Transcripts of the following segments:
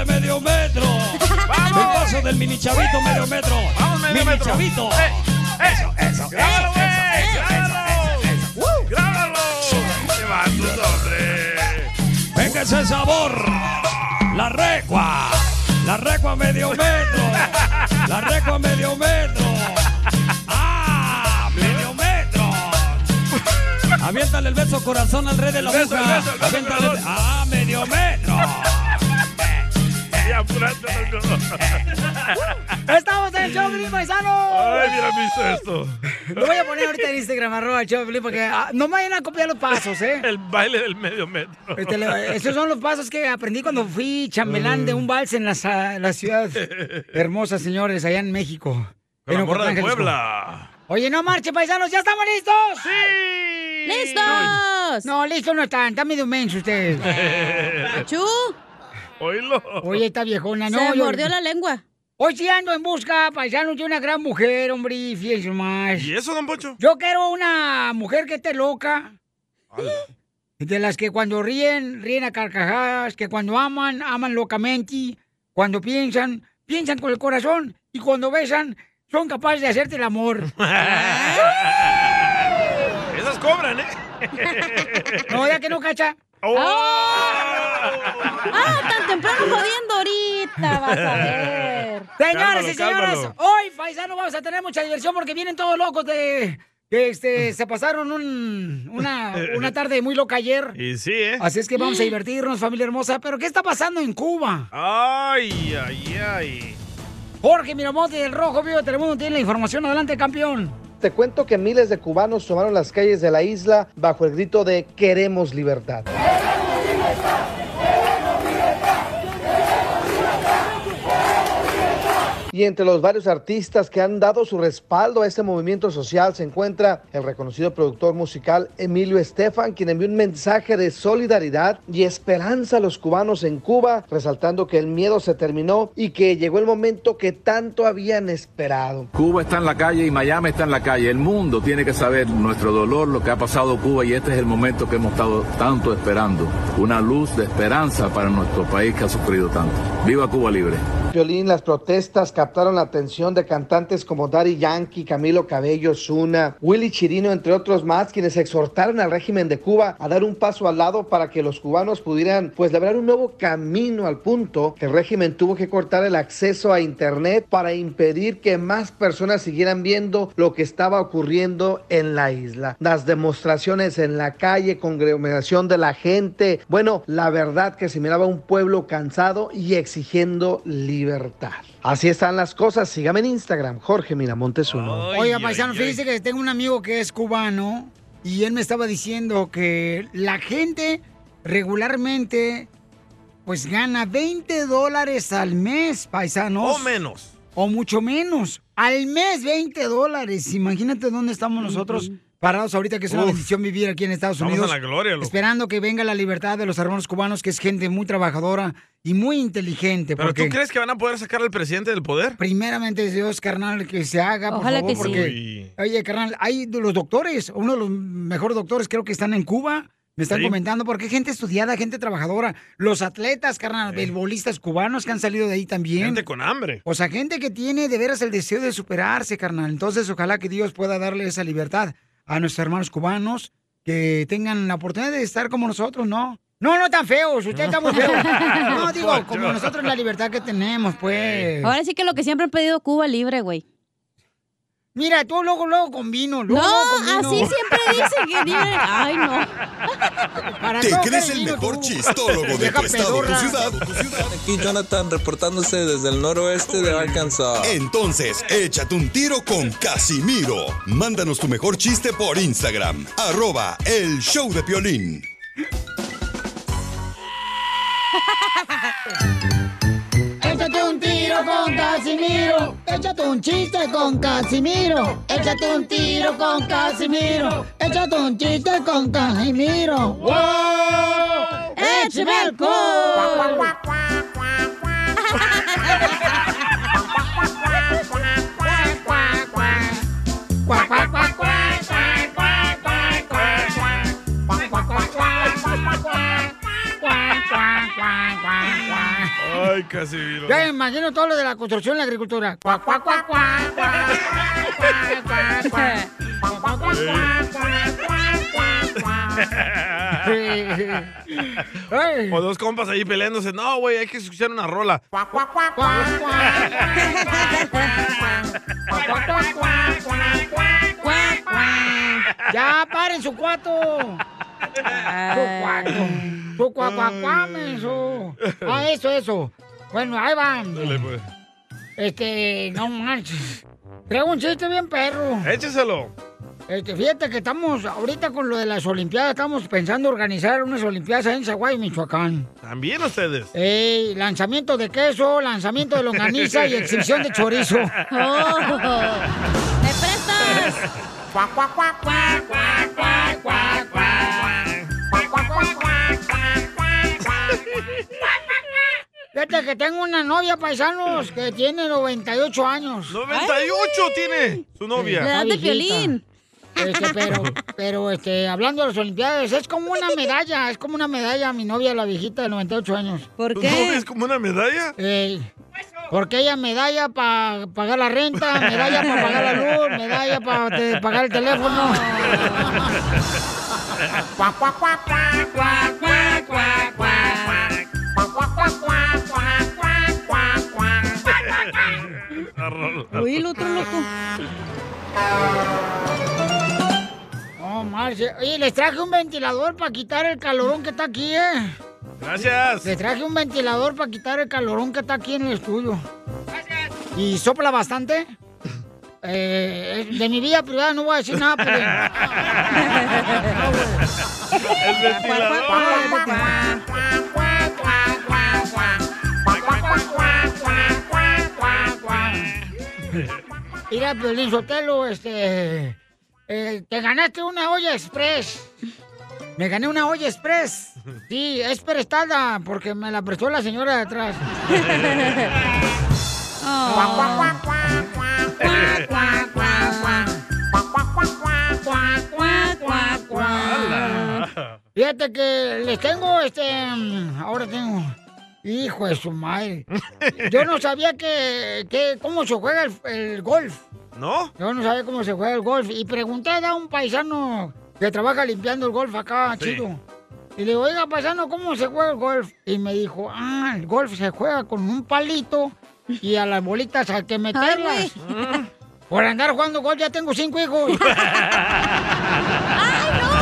de medio metro. ¡Vamos! El paso del mini chavito medio metro. ¡Vamos, medio metro! Chavito. Eso. ¡Grábalo, güey! ¡Grábalo! ¡Qué vatos, hombre! Venga ese sabor. La recua medio metro. La recua medio metro. Medio metro. Aviéntale el beso corazón al rey de la música. Aviéntale. Medio metro. Estamos en el show, Pelín, paisano. Ay, mira, visto esto. Lo voy a poner ahorita en Instagram, @el show de Pelín, porque no me vayan a copiar los pasos, ¿eh? El baile del medio metro. Esos son los pasos que aprendí cuando fui chambelán de un vals en la ciudad hermosa, señores, allá en México. Con la morra de Jalisco. Puebla. Oye, no marche, paisanos, ¿ya estamos listos? ¡Sí! ¡Listos! No, listos no están medio menso ustedes. ¡Achú! Oílo. Oye, esta viejona, no. Se mordió la lengua. Hoy sí ando en busca, paisanos, de una gran mujer, hombre, y fíjense más. ¿Y eso, don Poncho? Yo quiero una mujer que esté loca. De las que cuando ríen a carcajadas, que cuando aman locamente, cuando piensan con el corazón, y cuando besan, son capaces de hacerte el amor. Esas cobran, ¿eh? No, ya que no, cacha. ¡Oh! Tan temprano jodiendo ahorita, vas a ver. Señores y señoras, Cálmalo. hoy, paisano, vamos a tener mucha diversión porque vienen todos locos de... que se pasaron una tarde muy loca ayer. Y sí, ¿eh? Así es que vamos a divertirnos, familia hermosa. Pero, ¿qué está pasando en Cuba? Ay. Jorge Miramonte del Rojo Vivo de Telemundo tiene la información. Adelante, campeón. Te cuento que miles de cubanos tomaron las calles de la isla bajo el grito de "Queremos libertad". Y entre los varios artistas que han dado su respaldo a este movimiento social se encuentra el reconocido productor musical Emilio Estefan, quien envió un mensaje de solidaridad y esperanza a los cubanos en Cuba, resaltando que el miedo se terminó y que llegó el momento que tanto habían esperado. Cuba está en la calle y Miami está en la calle. El mundo tiene que saber nuestro dolor, lo que ha pasado Cuba, y este es el momento que hemos estado tanto esperando. Una luz de esperanza para nuestro país que ha sufrido tanto. ¡Viva Cuba Libre! Piolín, las protestas captaron la atención de cantantes como Daddy Yankee, Camilo Cabello, Ozuna, Willy Chirino, entre otros más, quienes exhortaron al régimen de Cuba a dar un paso al lado para que los cubanos pudieran, labrar un nuevo camino, al punto que el régimen tuvo que cortar el acceso a internet para impedir que más personas siguieran viendo lo que estaba ocurriendo en la isla. Las demostraciones en la calle, conglomeración de la gente, bueno, la verdad que se miraba un pueblo cansado y exigiendo libertad. Así están las cosas. Sígame en Instagram, Jorge Miramontes 1. Oiga, paisano, fíjese que tengo un amigo que es cubano y él me estaba diciendo que la gente regularmente pues gana $20 al mes, paisanos. O menos. O mucho menos. Al mes, $20. Imagínate dónde estamos nosotros parados ahorita, que es una bendición vivir aquí en Estados Unidos. Estamos en la gloria, loco. Esperando que venga la libertad de los hermanos cubanos, que es gente muy trabajadora y muy inteligente. ¿Pero porque tú crees que van a poder sacar al presidente del poder? primeramente Dios, carnal, que se haga, por Ojalá favor, que sí. porque, oye, carnal, hay de los doctores, uno de los mejores doctores creo que están en Cuba, me están Sí. comentando, porque hay gente estudiada, gente trabajadora, los atletas, carnal, beisbolistas cubanos que han salido de ahí también. Gente con hambre. O sea, gente que tiene de veras el deseo de superarse, carnal. Entonces, ojalá que Dios pueda darle esa libertad a nuestros hermanos cubanos, que tengan la oportunidad de estar como nosotros, ¿no? No tan feos, usted está muy feo. No, digo, como nosotros la libertad que tenemos, pues. Ahora sí que lo que siempre han pedido, Cuba libre, güey. Mira, tú luego con vino. No, así siempre dicen que libre. Ay, no. ¿Te crees el mejor chistólogo de tu estado o tu ciudad? Aquí Jonathan reportándose desde el noroeste de Arkansas. Entonces, échate un tiro con Casimiro. Mándanos tu mejor chiste por Instagram, @el show de Piolín. Échate un tiro con Casimiro. Échate un chiste con Casimiro. Échate un tiro con Casimiro. Échate un chiste con Casimiro. ¡Wow! ¡Échame alcohol! Ay, Casimiro. Ya me imagino todo lo de la construcción y la agricultura. Cuá, cuá, cuá, cuá, cuá, cuá, cuá, cuá. O dos compas ahí peleándose. No, güey, hay que escuchar una rola. Ya, paren su cuato. Su cuacuacuá, menso. Ah, eso. Bueno, ahí van. Dale, pues. No manches. Traigo un chiste bien perro. Écheselo. Fíjate que estamos ahorita con lo de las Olimpiadas, estamos pensando organizar unas Olimpiadas en Zaguayo, Michoacán. ¿También ustedes? Lanzamiento de queso, lanzamiento de longaniza y exhibición de chorizo. Oh, ¿me prestas? Cuac, cuac, cuac, cuac, cuac, cuac, cuac, cuac. Cuac, cuac, cuac, cuac, cuac, cuac. Fíjate que tengo una novia, paisanos, que tiene 98 años. ¡98 tiene su novia! La edad de Piolín. Pero hablando de las Olimpiadas, es como una medalla, mi novia, la viejita de 98 años. ¿Por ¿Tu qué? novia es como una medalla? Porque ella medalla para pagar la renta, medalla para pagar la luz, medalla para pagar el teléfono. Uy, el otro loco. Oh, Marce. Oye, les traje un ventilador para quitar el calorón que está aquí, Gracias. Les traje un ventilador para quitar el calorón que está aquí en el estudio. Gracias. ¿Y sopla bastante? De mi vida privada no voy a decir nada, pero... El ventilador. Mira, Piolín Sotelo, te ganaste una olla express. Me gané una olla express. Sí, es prestada porque me la prestó la señora de atrás. Fíjate que les tengo ahora tengo. Hijo de su madre. Yo no sabía cómo se juega el golf. ¿No? Yo no sabía cómo se juega el golf. Y pregunté a un paisano que trabaja limpiando el golf acá, Sí. chido. Y le digo, oiga, paisano, ¿cómo se juega el golf? Y me dijo, el golf se juega con un palito y a las bolitas hay que meterlas. Por andar jugando golf ya tengo 5 hijos. ¡Ay, no!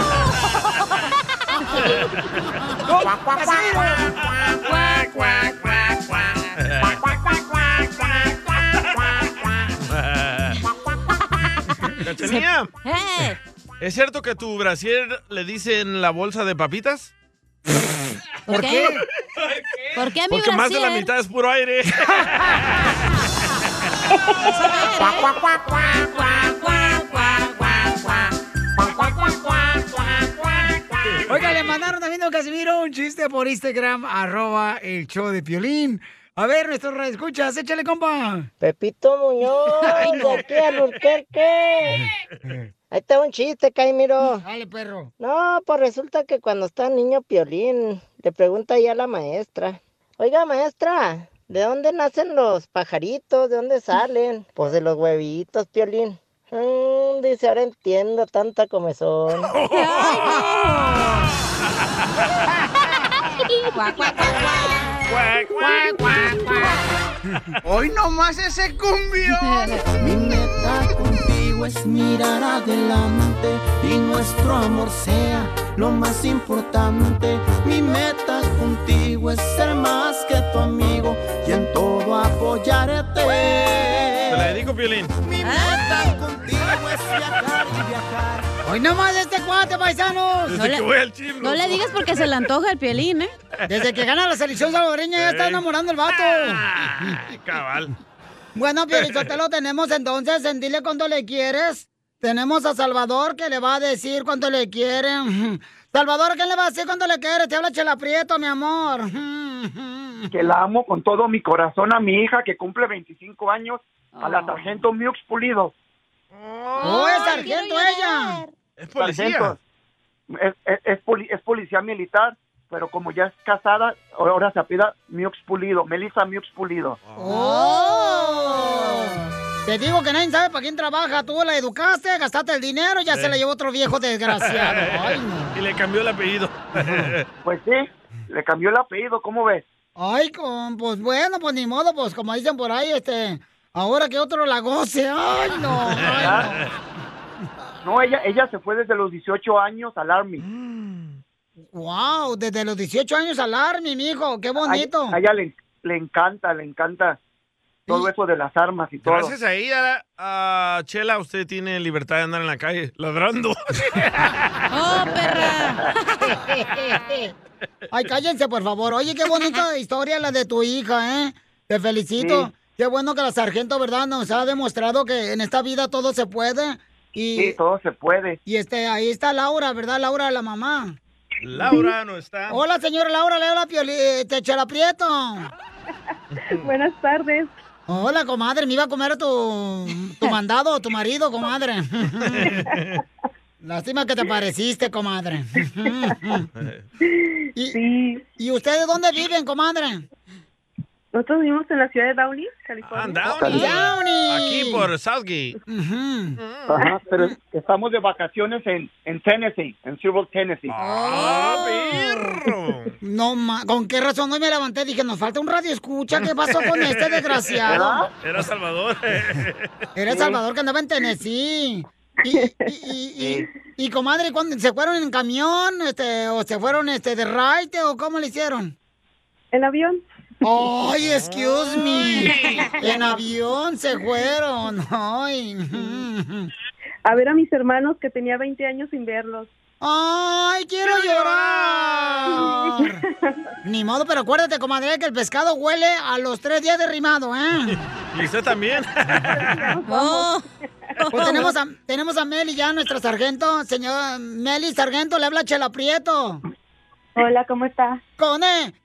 ¡Cachanilla! ¿Es cierto que a tu brasier le dicen la bolsa de papitas? ¿Por qué? ¿Por qué a mi Porque más de la brasier? mitad es puro aire. Oiga, le mandaron también a Casimiro un chiste por Instagram, @el show de Piolín. A ver, nuestros radioescuchas, échale, compa. Pepito Muñoz, de aquí a Lurquerque. Ahí está un chiste, Caimiro. Dale, perro. No, pues resulta que cuando está niño Piolín, le pregunta ya a la maestra. Oiga, maestra, ¿de dónde nacen los pajaritos? ¿De dónde salen? Pues de los huevitos, Piolín. Dice, ahora entiendo tanta comezón. Hoy nomás ese cumbión. Mi meta contigo es mirar adelante y nuestro amor sea lo más importante. Mi meta contigo es ser más que tu amigo y en todo apoyarte. Te la dedico, Piolín. Mi meta contigo es viajar y viajar. Hoy nomás este cuate, paisanos. Desde que voy al chino. No le digas porque se le antoja el Piolín, ¿eh? Desde que gana la selección salvadoreña ya está enamorando el vato. Cabal. Bueno, Piolizotelo, tenemos entonces en Dile Cuánto Le Quieres. Tenemos a Salvador que le va a decir cuánto le quiere. Salvador, ¿qué le va a decir cuánto le quiere? Te habla Chela Prieto, mi amor. Que la amo con todo mi corazón a mi hija que cumple 25 años, a la sargento Miux Pulido. ¡Oh, es sargento ella! Es policía. Sargento. Es policía militar, pero como ya es casada, ahora se apellida Miux Pulido, Melissa Miux Pulido. ¡Oh! Te digo que nadie sabe para quién trabaja. Tú la educaste, gastaste el dinero, ya se la llevó otro viejo desgraciado. Ay, no. Y le cambió el apellido. Pues sí, le cambió el apellido, ¿cómo ves? Ay, pues bueno, pues ni modo, pues como dicen por ahí, ahora que otro la goce. Ay, no. Ay, no. No, ella se fue desde los 18 años al Army. Wow, desde los 18 años al Army, mijo, qué bonito. A ella le encanta todo eso de las armas y todo. Gracias a ella, Chela, usted tiene libertad de andar en la calle ladrando. ¡Oh, perra! Ay, cállense, por favor. Oye, qué bonita historia la de tu hija, ¿eh? Te felicito. Sí. Qué bueno que la sargento, ¿verdad? Nos ha demostrado que en esta vida todo se puede. Sí, todo se puede. Y ahí está Laura, ¿verdad? Laura, la mamá. Laura no está. Hola, señora Laura, le habla Chela Prieto. Buenas tardes. Hola, comadre, me iba a comer tu mandado, tu marido, comadre. Lástima que te pareciste, comadre. Sí. ¿Y ustedes dónde viven, comadre? Nosotros vivimos en la ciudad de Downey, California. Downey. Aquí por Southgate. Ajá, pero estamos de vacaciones en Tennessee, en Silver, Tennessee. ¡Ah, perro! No, ¿con qué razón hoy me levanté? Dije, nos falta un radio escucha. ¿Qué pasó con este desgraciado? Era Salvador. Era Salvador que andaba en Tennessee. Y comadre, ¿cuándo se fueron en camión, o se fueron de ride, o cómo le hicieron? En avión. Ay, excuse me. En avión se fueron. Ay. A ver a mis hermanos que tenía 20 años sin verlos. ¡Ay, quiero llorar! Ni modo, pero acuérdate, comadre, que el pescado huele a los 3 días derrimado, ¿eh? ¿Y usted también? Pues tenemos a Meli ya, nuestra sargento. Señor Meli, sargento, le habla Chela Prieto. Hola, ¿cómo está? ¡Con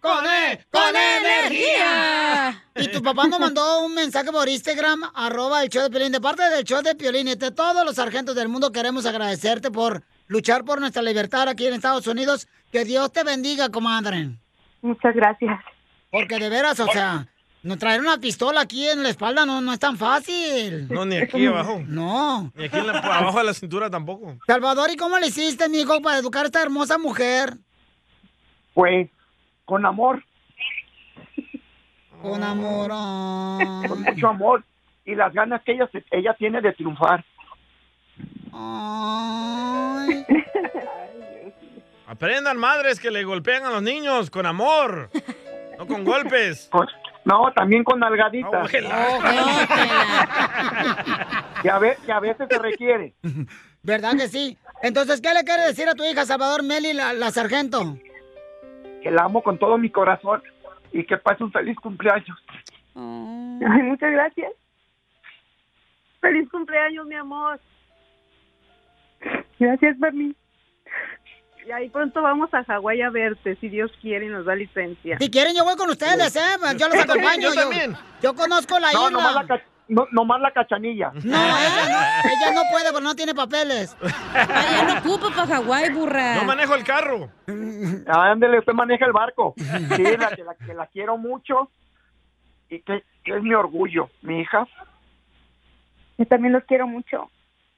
energía! Y tu papá nos mandó un mensaje por Instagram, @el show de Piolín, de parte del show de Piolín. Y de todos los sargentos del mundo queremos agradecerte por luchar por nuestra libertad aquí en Estados Unidos. Que Dios te bendiga, comadre. Muchas gracias. Porque de veras, no traer una pistola aquí en la espalda no es tan fácil. No, ni aquí abajo. No. Ni aquí abajo de la cintura tampoco. Salvador, ¿y cómo le hiciste, mijo, para educar a esta hermosa mujer? Pues, con amor. Con amor. Con mucho amor. Y las ganas que ella tiene de triunfar. Ay. Aprendan, madres, que le golpean a los niños con amor. No con golpes. No, también con nalgaditas. Que a veces se requiere. ¿Verdad que sí? Entonces, ¿qué le quiere decir a tu hija, Salvador Meli, la sargento? Que la amo con todo mi corazón y que pase un feliz cumpleaños. Ay, muchas gracias. Feliz cumpleaños, mi amor. Gracias, Bernie. Y ahí pronto vamos a Hawái a verte, si Dios quiere y nos da licencia. Si quieren, yo voy con ustedes, Yo los acompaño. Yo también. Yo conozco la isla. Nomás la Cachanilla. No, ella no puede porque no tiene papeles. Ella no ocupa para Hawái, burra. No manejo el carro. Ándele, usted maneja el barco. Sí, que la quiero mucho y que es mi orgullo, mi hija. Yo también los quiero mucho.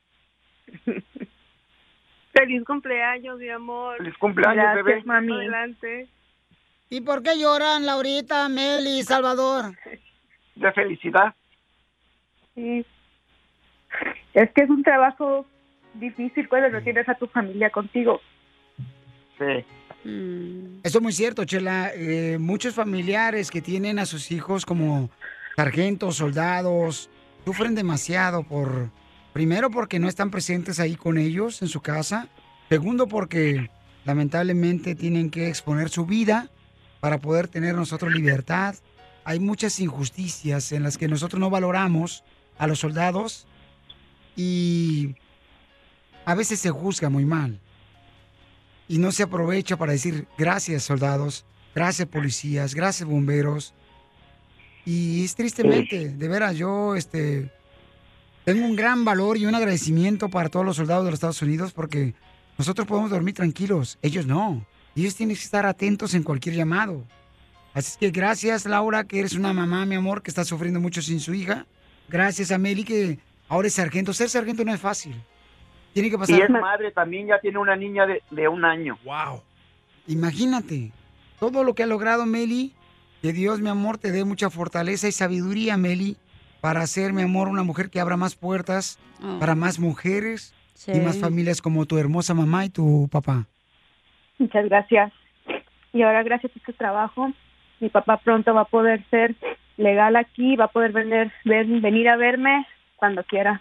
Feliz cumpleaños, mi amor. Feliz cumpleaños, gracias, bebé. Mami. Adelante. ¿Y por qué lloran, Laurita, Meli, Salvador? De felicidad. Sí. Es que es un trabajo difícil cuando tienes a tu familia contigo. Sí. Eso es muy cierto, Chela. Muchos familiares que tienen a sus hijos como sargentos, soldados, sufren demasiado primero porque no están presentes ahí con ellos en su casa. Segundo porque lamentablemente tienen que exponer su vida para poder tener nosotros libertad. Hay muchas injusticias en las que nosotros no valoramos a los soldados y a veces se juzga muy mal. Y no se aprovecha para decir gracias, soldados, gracias, policías, gracias, bomberos. Y es tristemente, de veras, yo tengo un gran valor y un agradecimiento para todos los soldados de los Estados Unidos porque nosotros podemos dormir tranquilos, ellos no. Y ellos tienen que estar atentos en cualquier llamado. Así es que gracias, Laura, que eres una mamá, mi amor, que está sufriendo mucho sin su hija. Gracias a Meli, que ahora es sargento. Ser sargento no es fácil. Tiene que pasar... Y es madre también, ya tiene una niña de 1 año. ¡Wow! Imagínate, todo lo que ha logrado Meli, que Dios, mi amor, te dé mucha fortaleza y sabiduría, Meli, para ser, mi amor, una mujer que abra más puertas para más mujeres y más familias como tu hermosa mamá y tu papá. Muchas gracias. Y ahora, gracias a este trabajo, mi papá pronto va a poder ser legal aquí, va a poder venir a verme cuando quiera.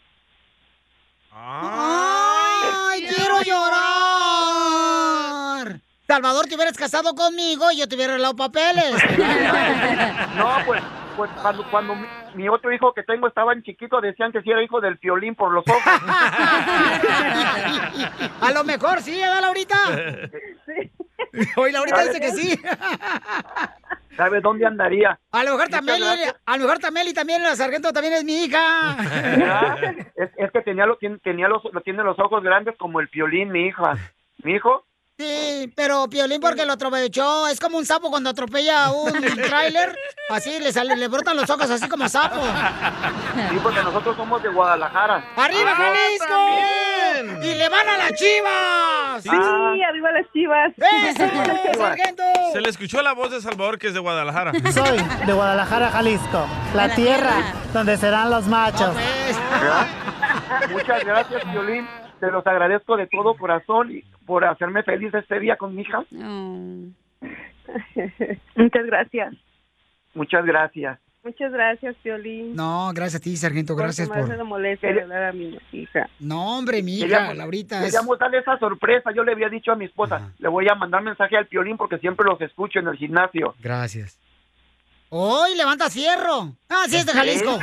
¡Ay, quiero llorar! Salvador, te hubieras casado conmigo y yo te hubiera arreglado papeles. No, pues cuando mi otro hijo que tengo estaba en chiquito, decían que sí era hijo del Piolín por los ojos. A lo mejor sí, ¿verdad, Laurita? Sí. Hoy Laurita dice que sí. ¿Sabes dónde andaría? A lo mejor también, y también la sargento también es mi hija. Es que tiene los ojos grandes como el Piolín, mi hija. ¿Mi hijo? Sí, pero Piolín porque lo atropelló. Es como un sapo cuando atropella un tráiler. Así le brotan los ojos así como sapo. Sí, porque nosotros somos de Guadalajara. ¡Arriba, Jalisco! También. ¡Y le van a las Chivas! Sí, arriba las Chivas. ¡Eso, sargento! Se le escuchó la voz de Salvador, que es de Guadalajara. Soy de Guadalajara, Jalisco, la tierra donde serán los machos. Muchas gracias, Piolín. Te los agradezco de todo corazón y por hacerme feliz este día con mi hija. Muchas gracias. Muchas gracias. Muchas gracias, Piolín. No, gracias a ti, sargento. Gracias por... por... la molestia de hablar a mi hija. No, hombre, mi hija, Laurita. Queríamos darle esa sorpresa. Yo le había dicho a mi esposa, le voy a mandar mensaje al Piolín porque siempre los escucho en el gimnasio. Gracias. ¡Hoy levantas fierro! ¡Ah, sí es de Jalisco!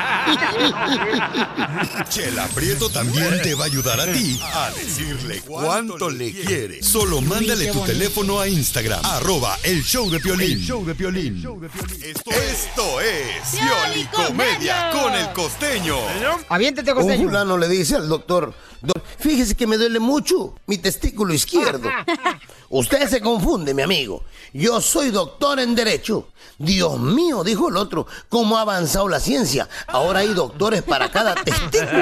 Chela Prieto también te va a ayudar a ti a decirle cuánto le quiere. Solo mándale tu teléfono a Instagram, @elshowdepiolín. El show de Piolín. Esto es Piolicomedia con el Costeño. Aviéntate, Costeño. Un fulano le dice al doctor, fíjese que me duele mucho mi testículo izquierdo. Usted se confunde, mi amigo. Yo soy doctor en Derecho. Dios mío, dijo el otro, ¿cómo ha avanzado la ciencia? Ahora hay doctores para cada testículo.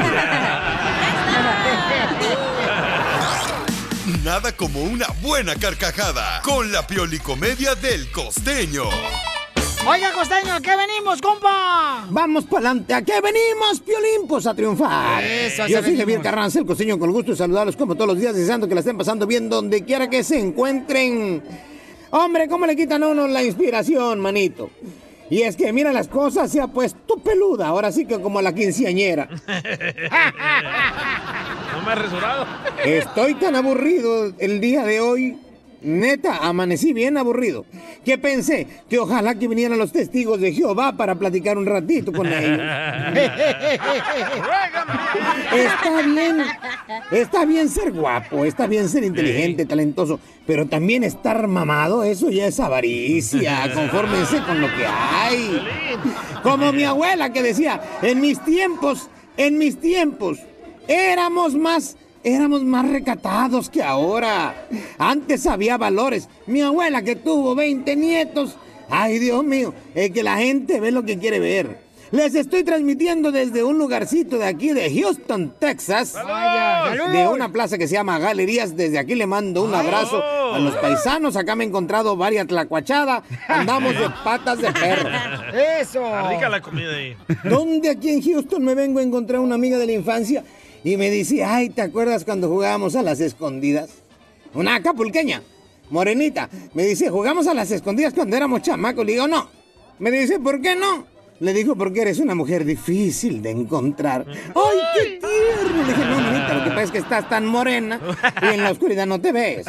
Nada como una buena carcajada con la Piolicomedia del Costeño. Oiga, Costeño, ¿a qué venimos, compa? Vamos para adelante. ¿A qué venimos, Piolín? Pues a triunfar. Eso, yo soy Javier Carranza, el Costeño, con el gusto de saludarlos como todos los días, deseando que la estén pasando bien donde quiera que se encuentren. Hombre, ¿cómo le quitan a uno la inspiración, manito? Y es que, mira, las cosas se ha puesto peluda, ahora sí que como la quinceañera. No me ha resurado. Estoy tan aburrido el día de hoy. Neta, amanecí bien aburrido. Que pensé que ojalá que vinieran los testigos de Jehová para platicar un ratito con ellos. Está bien ser guapo, está bien ser inteligente, talentoso, pero también estar mamado, eso ya es avaricia. Confórmense con lo que hay. Como mi abuela que decía, en mis tiempos, éramos más recatados que ahora. Antes había valores. Mi abuela que tuvo 20 nietos. Ay, Dios mío, es que la gente ve lo que quiere ver. Les estoy transmitiendo desde un lugarcito de aquí de Houston, Texas. ¡Saludos! De una plaza que se llama Galerías. Desde aquí le mando un abrazo a los paisanos. Acá me he encontrado varias tlacuachadas. Andamos de patas de perro. ¡Eso! Está rica la comida ahí. ¿Dónde aquí en Houston me vengo a encontrar una amiga de la infancia? Y me dice, ay, ¿te acuerdas cuando jugábamos a las escondidas? Una acapulqueña, morenita. Me dice, ¿jugamos a las escondidas cuando éramos chamacos? Le digo, no. Me dice, ¿por qué no? Le digo, porque eres una mujer difícil de encontrar. ¡Ay, qué tierno! Le dije, no, manita, lo que pasa es que estás tan morena y en la oscuridad no te ves.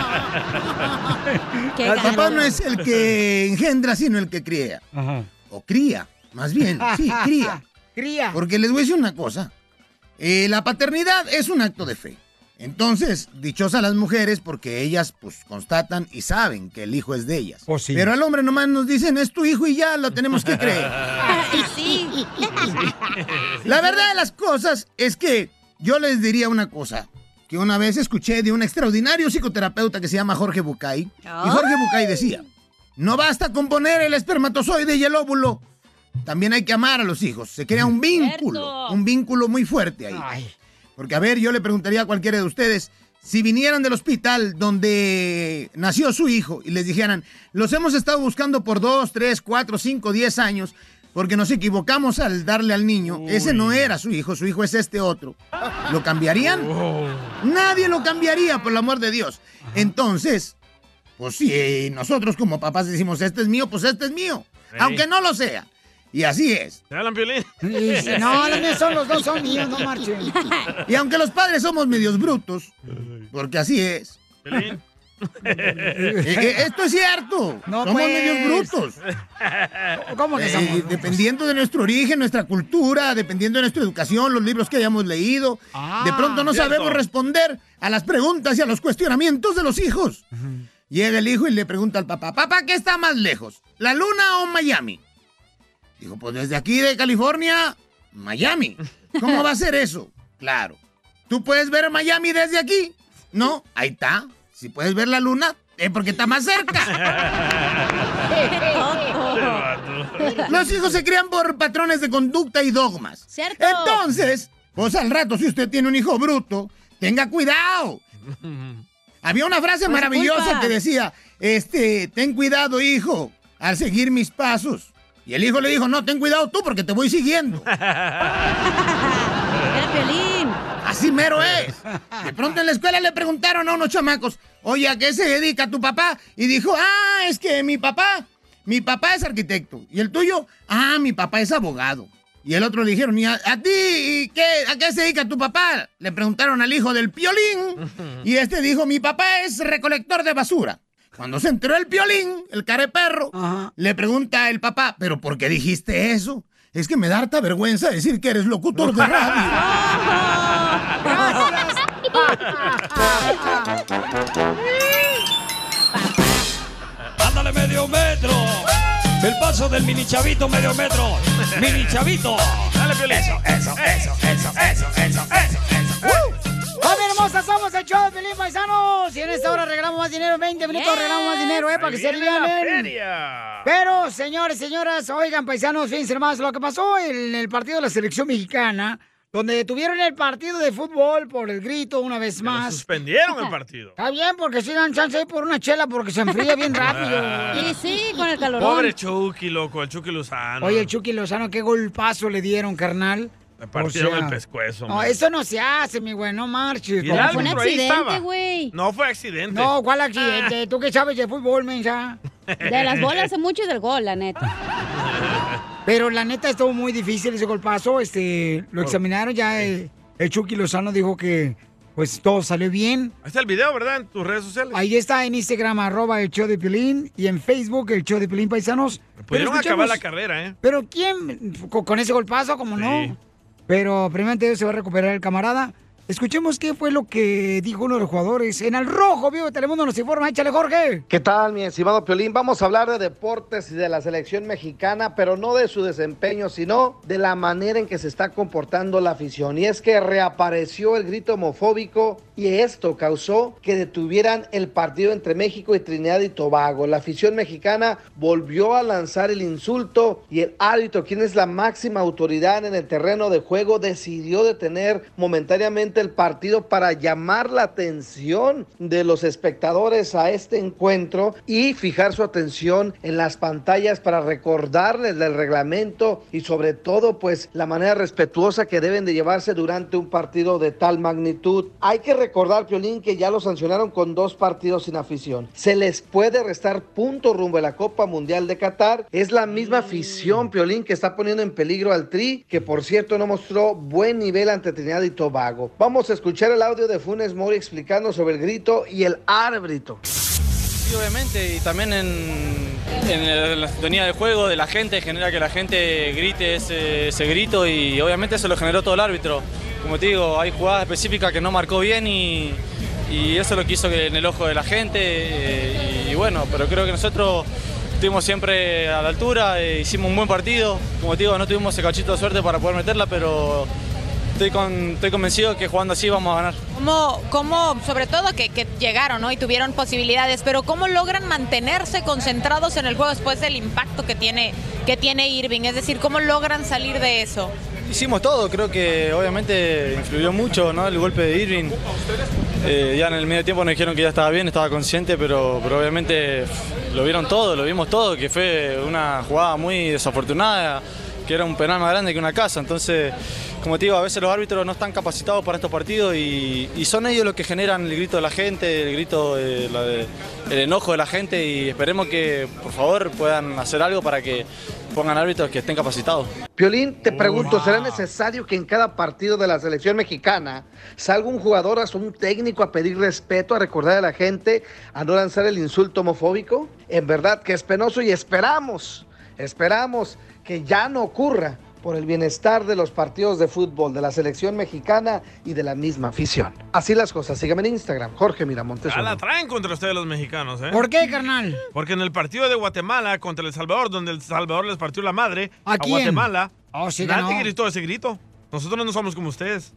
El papá no es el que engendra, sino el que cría. Ajá. O cría, más bien. Sí, cría. Cría. Porque les voy a decir una cosa. La paternidad es un acto de fe. Entonces, dichosas las mujeres porque ellas pues constatan y saben que el hijo es de ellas. Oh, sí. Pero al hombre nomás nos dicen, es tu hijo y ya lo tenemos que creer. Sí. La verdad de las cosas es que yo les diría una cosa. que una vez escuché de un extraordinario psicoterapeuta que se llama Jorge Bucay. Y Jorge Bucay decía, no basta con poner el espermatozoide y el óvulo. También hay que amar a los hijos. Se crea un vínculo muy fuerte ahí. Porque, a ver, yo le preguntaría a cualquiera de ustedes, si vinieran del hospital donde nació su hijo y les dijeran, los hemos estado buscando por 2, 3, 4, 5, 10 años, porque nos equivocamos al darle al niño. Ese no era su hijo es este otro. ¿Lo cambiarían? Nadie lo cambiaría, por el amor de Dios. Entonces, pues si nosotros como papás decimos, este es mío, pues este es mío. Aunque no lo sea. Y así es. ¿Te hablan, Piolín? No, los dos son míos, no marchen. Y aunque los padres somos medios brutos, porque así es. Piolín. Esto es cierto. No, somos medios brutos. ¿Cómo que somos? Dependiendo de nuestro origen, nuestra cultura, dependiendo de nuestra educación, los libros que hayamos leído, de pronto no sabemos responder a las preguntas y a los cuestionamientos de los hijos. Llega el hijo y le pregunta al papá, papá, ¿qué está más lejos? ¿La luna o Miami? Dijo, pues desde aquí de California, Miami. ¿Cómo va a ser eso? Claro. ¿Tú puedes ver Miami desde aquí? No, ahí está. Si puedes ver la luna, es porque está más cerca. Los hijos se crían por patrones de conducta y dogmas. ¿Cierto? Entonces, pues al rato, si usted tiene un hijo bruto, tenga cuidado. Había una frase maravillosa que decía, ten cuidado, hijo, al seguir mis pasos. Y el hijo le dijo, no, ten cuidado tú porque te voy siguiendo. Era Piolín. Así mero es. De pronto en la escuela le preguntaron a unos chamacos, oye, ¿a qué se dedica tu papá? Y dijo, es que mi papá es arquitecto. ¿Y el tuyo? Mi papá es abogado. Y el otro le dijeron, ¿y a ti a qué se dedica tu papá? Le preguntaron al hijo del Piolín. Y dijo, mi papá es recolector de basura. Cuando se enteró el Piolín, el careperro, le pregunta el papá, ¿pero por qué dijiste eso? Es que me da harta vergüenza decir que eres locutor de radio. ¡Ándale, medio metro! El paso del mini chavito, medio metro. ¡Mini chavito! ¡Dale, Piolín! Eso. ¡Familia hermosa! Somos el show de Piolín, paisanos. Y en esta hora regalamos más dinero. 20 minutos regalamos más dinero, para que se alivianen. Pero, señores, señoras, oigan, paisanos, fíjense más lo que pasó en el partido de la selección mexicana, donde detuvieron el partido de fútbol por el grito una vez más. Suspendieron el partido. Está bien, porque si dan chance ahí por una chela, porque se enfría bien rápido. Y sí, con el calorón. Pobre Chucky, loco, el Chucky Lozano. Oye, el Chucky Lozano, qué golpazo le dieron, carnal. Le partieron el pescuezo. No, eso no se hace, mi güey, no marches. Y el fue un accidente, güey. No fue accidente. No, ¿cuál accidente? ¿Tú qué sabes de fútbol, mensa? De las bolas hace mucho y del gol, la neta. Pero la neta estuvo muy difícil ese golpazo. Lo examinaron ya. El Chucky Lozano dijo que pues todo salió bien. Ahí está el video, ¿verdad? En tus redes sociales. Ahí está en Instagram, @el show de Piolín. Y en Facebook, el show de Piolín, paisanos. Pudieron acabar la carrera, ¿eh? Pero ¿quién? Con ese golpazo, ¿cómo no? Pero primeramente se va a recuperar el camarada. Escuchemos qué fue lo que dijo uno de los jugadores. En el rojo, vivo de Telemundo nos informa. Échale, Jorge. ¿Qué tal, mi estimado Piolín? Vamos a hablar de deportes y de la selección mexicana, pero no de su desempeño, sino de la manera en que se está comportando la afición. Y es que reapareció el grito homofóbico y esto causó que detuvieran el partido entre México y Trinidad y Tobago. La afición mexicana volvió a lanzar el insulto y el árbitro, quien es la máxima autoridad en el terreno de juego, decidió detener momentáneamente el partido para llamar la atención de los espectadores a este encuentro y fijar su atención en las pantallas para recordarles del reglamento y sobre todo pues la manera respetuosa que deben de llevarse durante un partido de tal magnitud. Hay que recordar, Piolín, que ya lo sancionaron con 2 partidos sin afición. Se les puede restar puntos rumbo a la Copa Mundial de Qatar. Es la misma afición, Piolín, que está poniendo en peligro al Tri, que por cierto no mostró buen nivel ante Trinidad y Tobago. Vamos a escuchar el audio de Funes Mori explicando sobre el grito y el árbitro. Sí, obviamente, y también en la sintonía del juego de la gente, genera que la gente grite ese grito y obviamente eso lo generó todo el árbitro. Como te digo, hay jugadas específicas que no marcó bien y eso lo quiso en el ojo de la gente y bueno, pero creo que nosotros estuvimos siempre a la altura, hicimos un buen partido. Como te digo, no tuvimos ese cachito de suerte para poder meterla, pero estoy convencido que jugando así vamos a ganar. ¿Cómo sobre todo que llegaron, ¿no? Y tuvieron posibilidades, pero cómo logran mantenerse concentrados en el juego después del impacto que tiene Irving? Es decir, ¿cómo logran salir de eso? Hicimos todo, creo que obviamente influyó mucho, ¿no? El golpe de Irving. Ya en el medio tiempo nos dijeron que ya estaba bien, estaba consciente, pero obviamente lo vieron todo, lo vimos todo, que fue una jugada muy desafortunada, que era un penal más grande que una casa. Entonces, como te digo, a veces los árbitros no están capacitados para estos partidos y son ellos los que generan el grito de la gente, el grito, el enojo de la gente, y esperemos que, por favor, puedan hacer algo para que pongan árbitros que estén capacitados. Piolín, te pregunto, ¿será necesario que en cada partido de la selección mexicana salga un jugador o un técnico a pedir respeto, a recordar a la gente, a no lanzar el insulto homofóbico? En verdad que es penoso y esperamos que ya no ocurra por el bienestar de los partidos de fútbol, de la selección mexicana y de la misma afición. Así las cosas. Síganme en Instagram, Jorge Miramontes. Ya la traen contra ustedes los mexicanos, ¿eh? ¿Por qué, carnal? Porque en el partido de Guatemala contra El Salvador, donde El Salvador les partió la madre a Guatemala, sí, nadie gritó ese grito. Nosotros no somos como ustedes.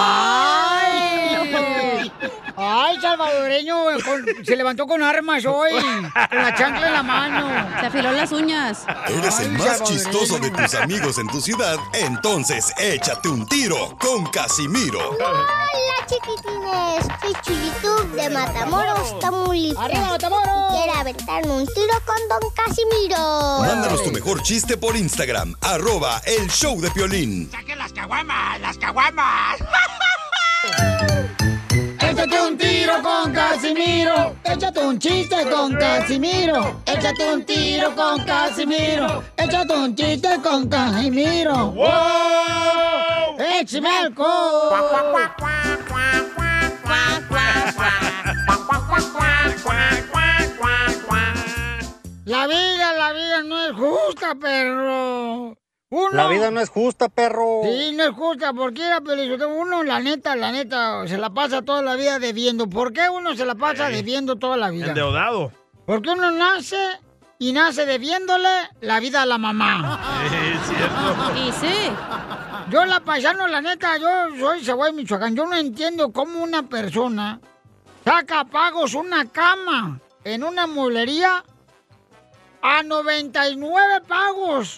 ¡Ay, salvadoreño! Se levantó con armas hoy, con la chancla en la mano. Se afiló las uñas. Eres el más chistoso de tus amigos en tu ciudad, entonces échate un tiro con Casimiro. Hola, chiquitines. Soy Chuyitub de Matamoros, Tamaulipas. ¡Arriba, Matamoros! Quiero aventarme un tiro con Don Casimiro. Mándanos tu mejor chiste por Instagram, @elshowdepiolín. ¡Saquen las caguamas! ¡Las caguamas! Échate un tiro con Casimiro. Échate un chiste con Casimiro. Échate un tiro con Casimiro. Échate un chiste con Casimiro. ¡Wow! ¡Échame alcohol! La vida no es justa, perro. La vida no es justa, perro. Sí, no es justa. ¿Por qué, uno, la neta, se la pasa toda la vida debiendo? ¿Por qué uno se la pasa debiendo toda la vida? Endeudado. Porque uno nace debiéndole la vida a la mamá. Sí, cierto. Y sí. Yo, la paisano, la neta, yo soy Zaguay, Michoacán. Yo no entiendo cómo una persona saca pagos una cama en una mueblería a 99 pagos.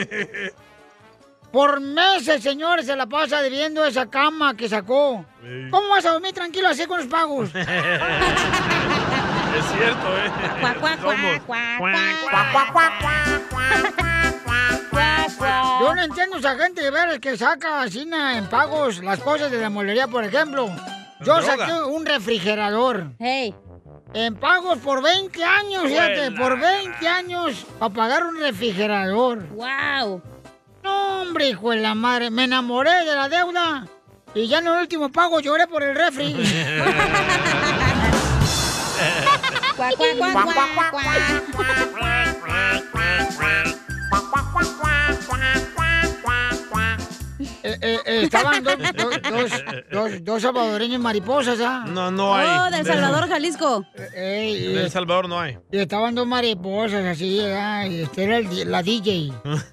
Por meses, señores, se la pasa debiendo esa cama que sacó. Sí. ¿Cómo vas a dormir tranquilo así con los pagos? Es cierto, ¿eh? Yo no entiendo esa gente de veras que saca así en pagos las cosas de la mueblería, por ejemplo. Yo saqué un refrigerador. Hey. En pagos por 20 años, fíjate, por 20 años para pagar un refrigerador. ¡Wow! No, hombre, hijo de la madre, me enamoré de la deuda y ya en el último pago lloré por el refri. Estaban dos salvadoreños mariposas, ¿ah? No hay. Oh, del Salvador, Jalisco. En El Salvador no hay. Y estaban dos mariposas así, ¿verdad? Y era la DJ.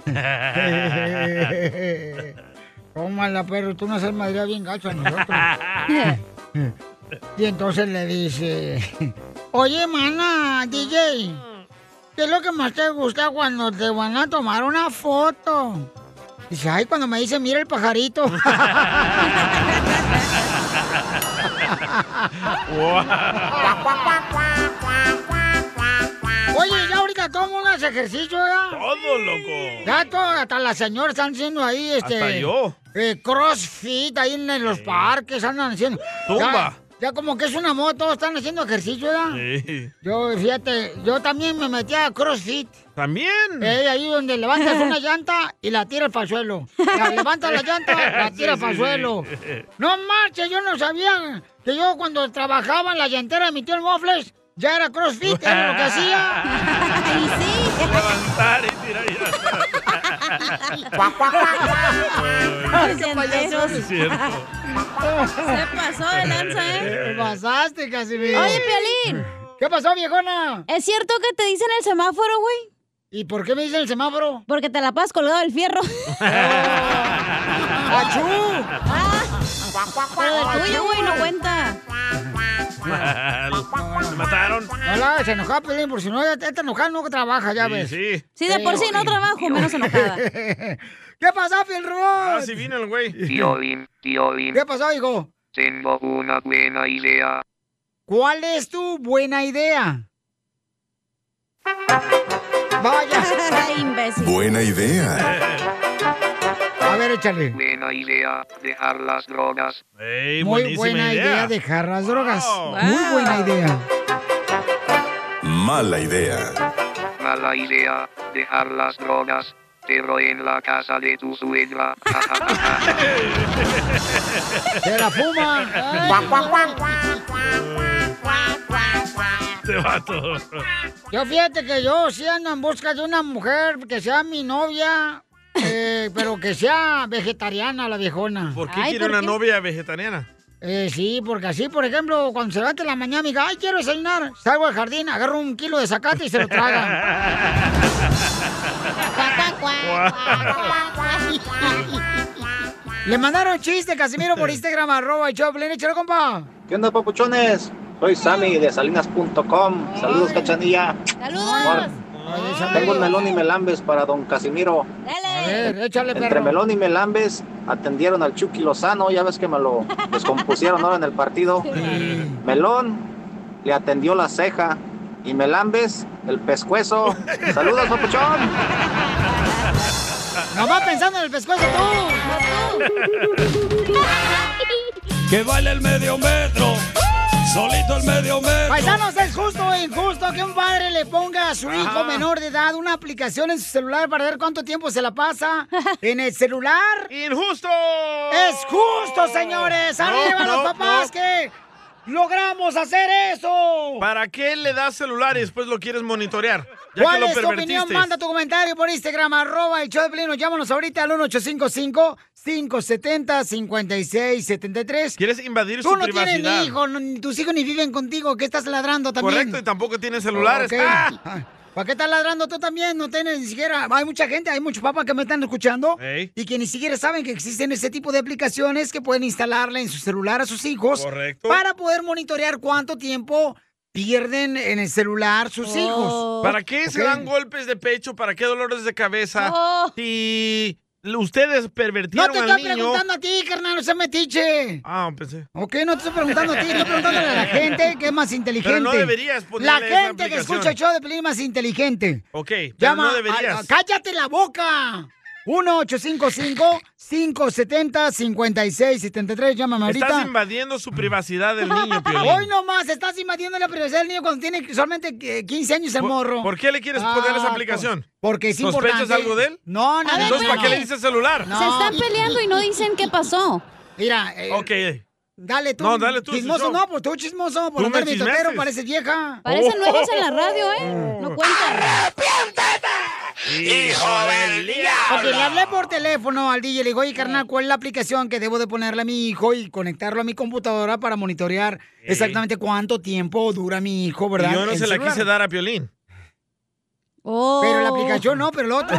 Tómala, perro, tú no haces madre bien gacho a nosotros. Y entonces le dice, oye, mana, DJ, ¿qué es lo que más te gusta cuando te van a tomar una foto? Dice, ay, cuando me dice, mira el pajarito. Oye, ya ahorita todo el mundo hace ejercicio, ¿ya? Todo, loco. Ya todo, hasta las señoras están haciendo ahí, Hasta yo. CrossFit, ahí en los parques andan haciendo. Tumba. Ya como que es una moda, todos están haciendo ejercicio, ¿ya? Sí. Yo, fíjate, yo también me metí a CrossFit. ¿También? Ahí donde levantas una llanta y la tiras para el suelo. Levantas la llanta, la tiras para el suelo. No marches, yo no sabía que yo cuando trabajaba en la llantera de mi tío el Mofles, ya era CrossFit, era lo que hacía. Y sí. Levantar y tirar ¡Qué payasos! Es cierto. Se pasó de lanza, ¿eh? Te pasaste, Casimiro. Oye, Piolín. ¿Qué pasó, viejona? ¿Es cierto que te dicen el semáforo, güey? ¿Y por qué me dicen el semáforo? Porque te la pasas colgado del fierro. ¡Achú! Pero del tuyo, güey, no cuenta. ¿Me mataron? Hola, se enojaba, Pelín, por si no, esta enojada no trabaja, ya ves. Sí. Sí, de por sí no trabajo, menos enojada. ¿Qué pasó, Phil Robot? Ah, sí vino el güey. Piolín. ¿Qué pasó, hijo? Tengo una buena idea. ¿Cuál es tu buena idea? Vaya. Imbécil. Buena idea. A ver, échale. Buena idea, dejar las drogas. Ey, Muy buena idea dejar las drogas. Muy buena idea. Mala idea. Mala idea, dejar las drogas. Pero en la casa de tu suegra. ¡Se la fuma! Este vato. Yo fíjate que yo sí ando en busca de una mujer que sea mi novia, pero que sea vegetariana la viejona. ¿Por qué quiere una novia vegetariana? Sí, porque así, por ejemplo, cuando se levanta en la mañana y diga, ¡ay, quiero desayunar! Salgo al jardín, agarro 1 kilo de zacate y se lo traga. Le mandaron chiste, Casimiro, por Instagram, @Choplin. Échale, compa. ¿Qué onda, papuchones? Soy Sammy de Salinas.com. Saludos, Cachanilla. ¡Saludos! Tengo un melón y melambes para don Casimiro. A ver, échale, perro. Entre melón y melambes atendieron al Chucky Lozano. Ya ves que me lo descompusieron ahora en el partido. Melón le atendió la ceja y melambes el pescuezo. Saludos, papuchón. Nomás pensando en el pescuezo tú. Que baile el medio metro. Solito el medio metro. Paisanos, ¿es justo o injusto que un padre le ponga a su hijo menor de edad una aplicación en su celular para ver cuánto tiempo se la pasa en el celular? ¡Injusto! ¡Es justo, señores! ¡Arriba los papás que logramos hacer eso! ¿Para qué le das celular y después lo quieres monitorear? Ya ¿Cuál que lo es tu pervertiste. opinión? Manda tu comentario por Instagram, @el-show-de-Pelín. Llámanos ahorita al 1-855-570-5673. ¿Quieres invadir Tú su no privacidad? tienes ni hijo, ni tus hijos ni viven contigo. ¿Qué estás ladrando también? Correcto, y tampoco tienes celulares. Ok. ¿Para qué estás ladrando tú también? No tienes ni siquiera... Hay mucha gente, hay muchos papás que me están escuchando y que ni siquiera saben que existen ese tipo de aplicaciones que pueden instalarle en su celular a sus hijos. Correcto. Para poder monitorear cuánto tiempo pierden en el celular sus hijos. ¿Para qué se dan golpes de pecho? ¿Para qué dolores de cabeza? Si ustedes pervertieron No te al estoy niño... preguntando a ti, carnal, no seas metiche. Ah, pensé. Ok, no te estoy preguntando a ti, estoy preguntándole a la gente que es más inteligente. Pero no deberías ponerle La esa gente que aplicación. escucha el show de Pelín es más inteligente. Ok, pero Llama no deberías. ¡cállate la boca! 1-855-570-5673. Llámame ahorita. Estás invadiendo su privacidad del niño, Piolín. Hoy nomás estás invadiendo la privacidad del niño cuando tiene solamente 15 años el morro. ¿Por qué le quieres poner esa aplicación? Porque es ¿Sospechas importante. algo de él? No, A ver, Entonces, ¿para qué espérate. le dices celular? No. Se están peleando y no dicen qué pasó. Mira, Ok. dale tú. No, dale tú, Chismoso, Suso. no, pues tú chismoso. Por Tú me andar mi totero, chismeaste. pareces vieja. Parecen nuevos en la radio, ¿eh? No cuentan. ¡Hijo del día! Ok, le hablé por teléfono al DJ, le digo, oye, carnal, ¿cuál es la aplicación que debo de ponerle a mi hijo y conectarlo a mi computadora para monitorear exactamente cuánto tiempo dura mi hijo, verdad? Y yo no en se la celular? quise dar a Piolín. Pero la aplicación no, pero el otro.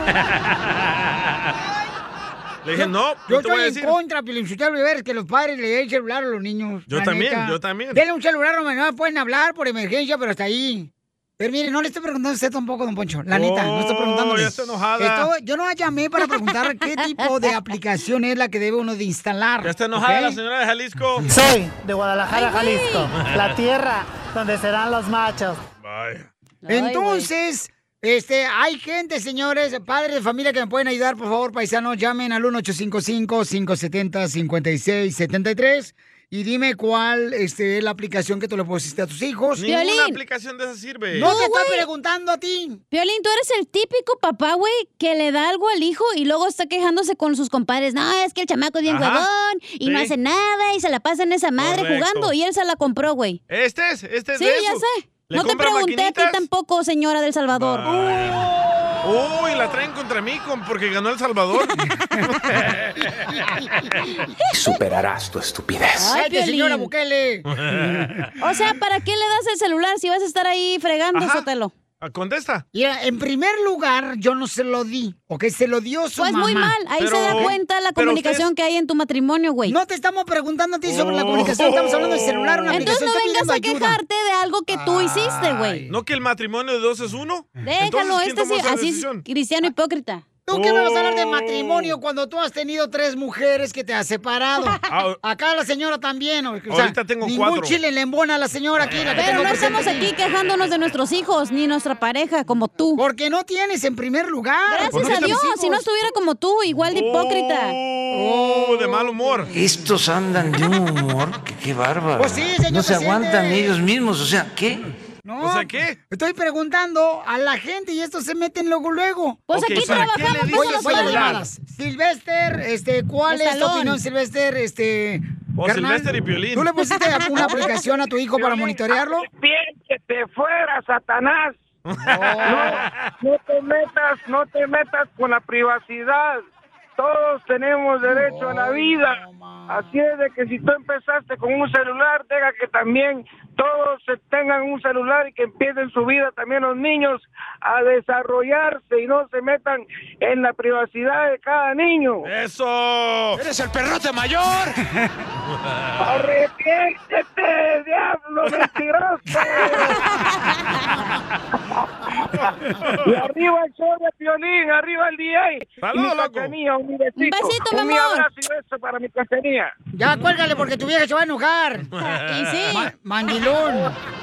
Le dije, no, Yo no te voy a estoy decir. en contra, Piolinsotelo, de ver que los padres le den el celular a los niños. Yo la también, neta. yo también. Denle un celular, no me pueden hablar por emergencia, pero hasta ahí. Pero mire, no le estoy preguntando a usted tampoco, don Poncho. La neta, no estoy preguntándole. Ya está enojada. Yo no la llamé para preguntar qué tipo de aplicación es la que debe uno de instalar. Ya está enojada ¿ok? la señora de Jalisco. Soy de Guadalajara, Jalisco, la tierra donde serán los machos. Vaya. Entonces, hay gente, señores, padres de familia que me pueden ayudar, por favor, paisanos, llamen al 1-855-570-5673 y dime cuál es la aplicación que tú le pusiste a tus hijos. Ninguna aplicación de esa sirve. No te estoy preguntando a ti. Piolín, tú eres el típico papá, güey, que le da algo al hijo y luego está quejándose con sus compadres. No, es que el chamaco es bien Ajá. huevón y no Sí. hace nada y se la pasa en esa madre Correcto. jugando y él se la compró, güey. Este es Sí, de ya esos. sé. ¿Le No te compra pregunté a ti maquinitas? tampoco, señora del Salvador. Uy, la traen contra mí porque ganó El Salvador. Superarás tu estupidez. Ay, ¡Cállate, señora Piolín. Bukele! O sea, ¿para qué le das el celular si vas a estar ahí fregando, Ajá. Sotelo? Contesta. Mira, en primer lugar, yo no se lo di, ¿ok? Se lo dio su mamá. Pues muy mal, ahí se da cuenta la comunicación que hay en tu matrimonio, güey. No te estamos preguntando a ti sobre la comunicación, estamos hablando del celular, una Entonces aplicación. no vengas a quejarte de algo que tú hiciste, güey. ¿No que el matrimonio de dos es uno? Déjalo, así es cristiano hipócrita. ¿Tú qué me vas a hablar de matrimonio cuando tú has tenido 3 mujeres que te has separado? Acá la señora también. O sea, ahorita tengo ningún 4. chile le embona a la señora aquí. La que Pero tengo no estamos presente aquí quejándonos de nuestros hijos, ni nuestra pareja, como tú. Porque no tienes en primer lugar. Gracias a Dios, si no estuviera como tú, igual de hipócrita. De mal humor. Estos andan de un humor que qué bárbaro. Pues sí, señor no se presidente. aguantan ellos mismos, o sea, ¿qué? No, O sea, ¿qué? Estoy preguntando a la gente y estos se meten luego. Pues Ok, aquí ¿para qué trabajamos, le dices Voy a celular? llamadas. Silvester, ¿cuál es tu Estalón. opinión, Silvester? O carnal? Silvester y Piolín. ¿Tú le pusiste una aplicación a tu hijo para monitorearlo? Bien que te fuera, Satanás. No te metas con la privacidad. Todos tenemos derecho a la vida. Así es de que si tú empezaste con un celular, deja que también todos tengan un celular y que empiecen su vida también los niños a desarrollarse y no se metan en la privacidad de cada niño. ¡Eso! ¡Eres el perrote mayor! ¡Arrepiéntete, diablo mentiroso! Y arriba el show de Piolín, arriba el DJ. ¡Saludos, Y mi loco! Cachanilla, un besito. Un besito, mi Un amor. abrazo y beso para mi Cachanilla. Ya, cuélgale porque tu vieja se va a enojar. Y sí. Mandilón.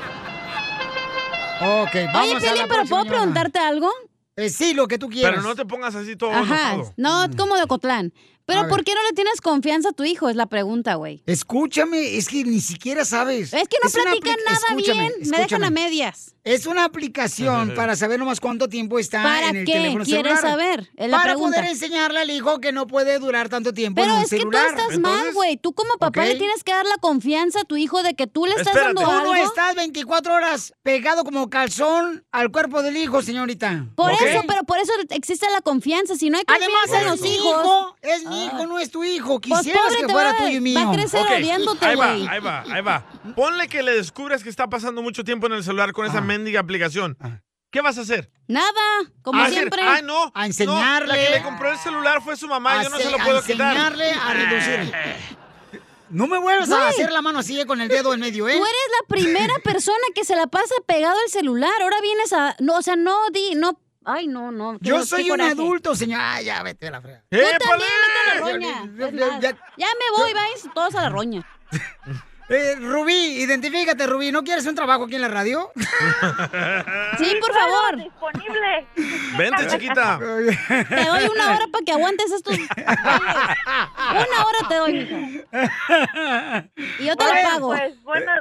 Ok, vamos Oye, a la Piolín, ¿pero próxima puedo llamada. preguntarte algo? Sí, lo que tú quieras. Pero no te pongas así todo Ajá, enojado. no, como de Ocotlán. A Pero ver. ¿por qué no le tienes confianza a tu hijo? Es la pregunta, güey. Escúchame, es que ni siquiera sabes. Es que no una platican apli- nada escúchame, bien, me escúchame. dejan a medias. Es una aplicación para saber nomás cuánto tiempo está ¿Para en el qué teléfono quieres celular. saber? Es la para pregunta. poder enseñarle al hijo que no puede durar tanto tiempo Pero en un es que celular. tú estás mal, güey. Tú como papá Ok. le tienes que dar la confianza a tu hijo de que tú le estás Espérate. dando Tú algo. no estás 24 horas pegado como calzón al cuerpo del hijo, señorita. Por ¿Ok? eso, pero por eso existe la confianza. Si no hay Además, confianza en es los mi hijos. hijo, es mi hijo, no es tu hijo. Pues Quisieras pobre, que te fuera va- tuyo y mío. va a crecer Ok, odiándote, ahí güey. va. Ponle que le descubres que está pasando mucho tiempo en el celular con esa mendiga aplicación. ¿Qué vas a hacer? Nada, como ¿Vas a decir, siempre. ay, no, A enseñarle. no, la que le compró el celular fue su mamá, yo no se lo a puedo quitar. enseñarle a reducir. No me vuelvas a Güey. hacer la mano así con el dedo en medio, ¿eh? Tú eres la primera persona que se la pasa pegado al celular. Ahora vienes a... No, o sea, no. Ay, no. Yo qué soy un coraje. adulto, señor. Ay, ya, vete a la frega. Tú también, vete a la roña. Es más, ya me voy, vais todos a la roña. Rubí, identifícate, Rubí. ¿No quieres un trabajo aquí en la radio? Sí, por favor. Disponible. Vente, chiquita. Te doy 1 hora para que aguantes estos... 1 hora te doy, mija. Y yo te la pago. Pues bueno,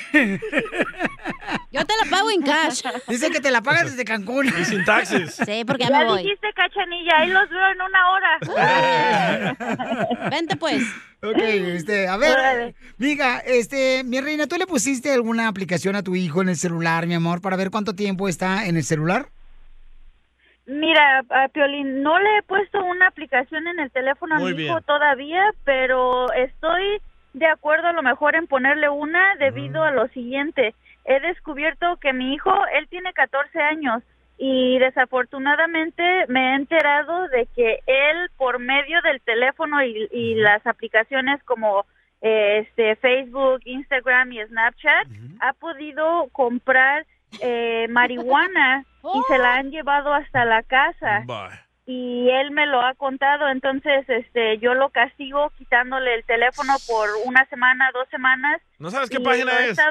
Yo te la pago en cash. Dice que te la pagas desde Cancún. Y sin taxes. Sí, porque ya ya me voy. dijiste, Cachanilla, ahí los veo en 1 hora. Vente, pues. Ok, a ver, mija, mi reina, ¿tú le pusiste alguna aplicación a tu hijo en el celular, mi amor, para ver cuánto tiempo está en el celular? Mira, Piolín, no le he puesto una aplicación en el teléfono a Muy mi hijo bien. todavía, pero estoy de acuerdo a lo mejor en ponerle una debido a lo siguiente. He descubierto que mi hijo, él tiene 14 años y desafortunadamente me he enterado de que él por medio del teléfono y las aplicaciones como Facebook, Instagram y Snapchat ha podido comprar marihuana y se la han llevado hasta la casa. Y él me lo ha contado, entonces yo lo castigo quitándole el teléfono por 1 semana, 2 semanas. ¿No sabes qué y página lo he es?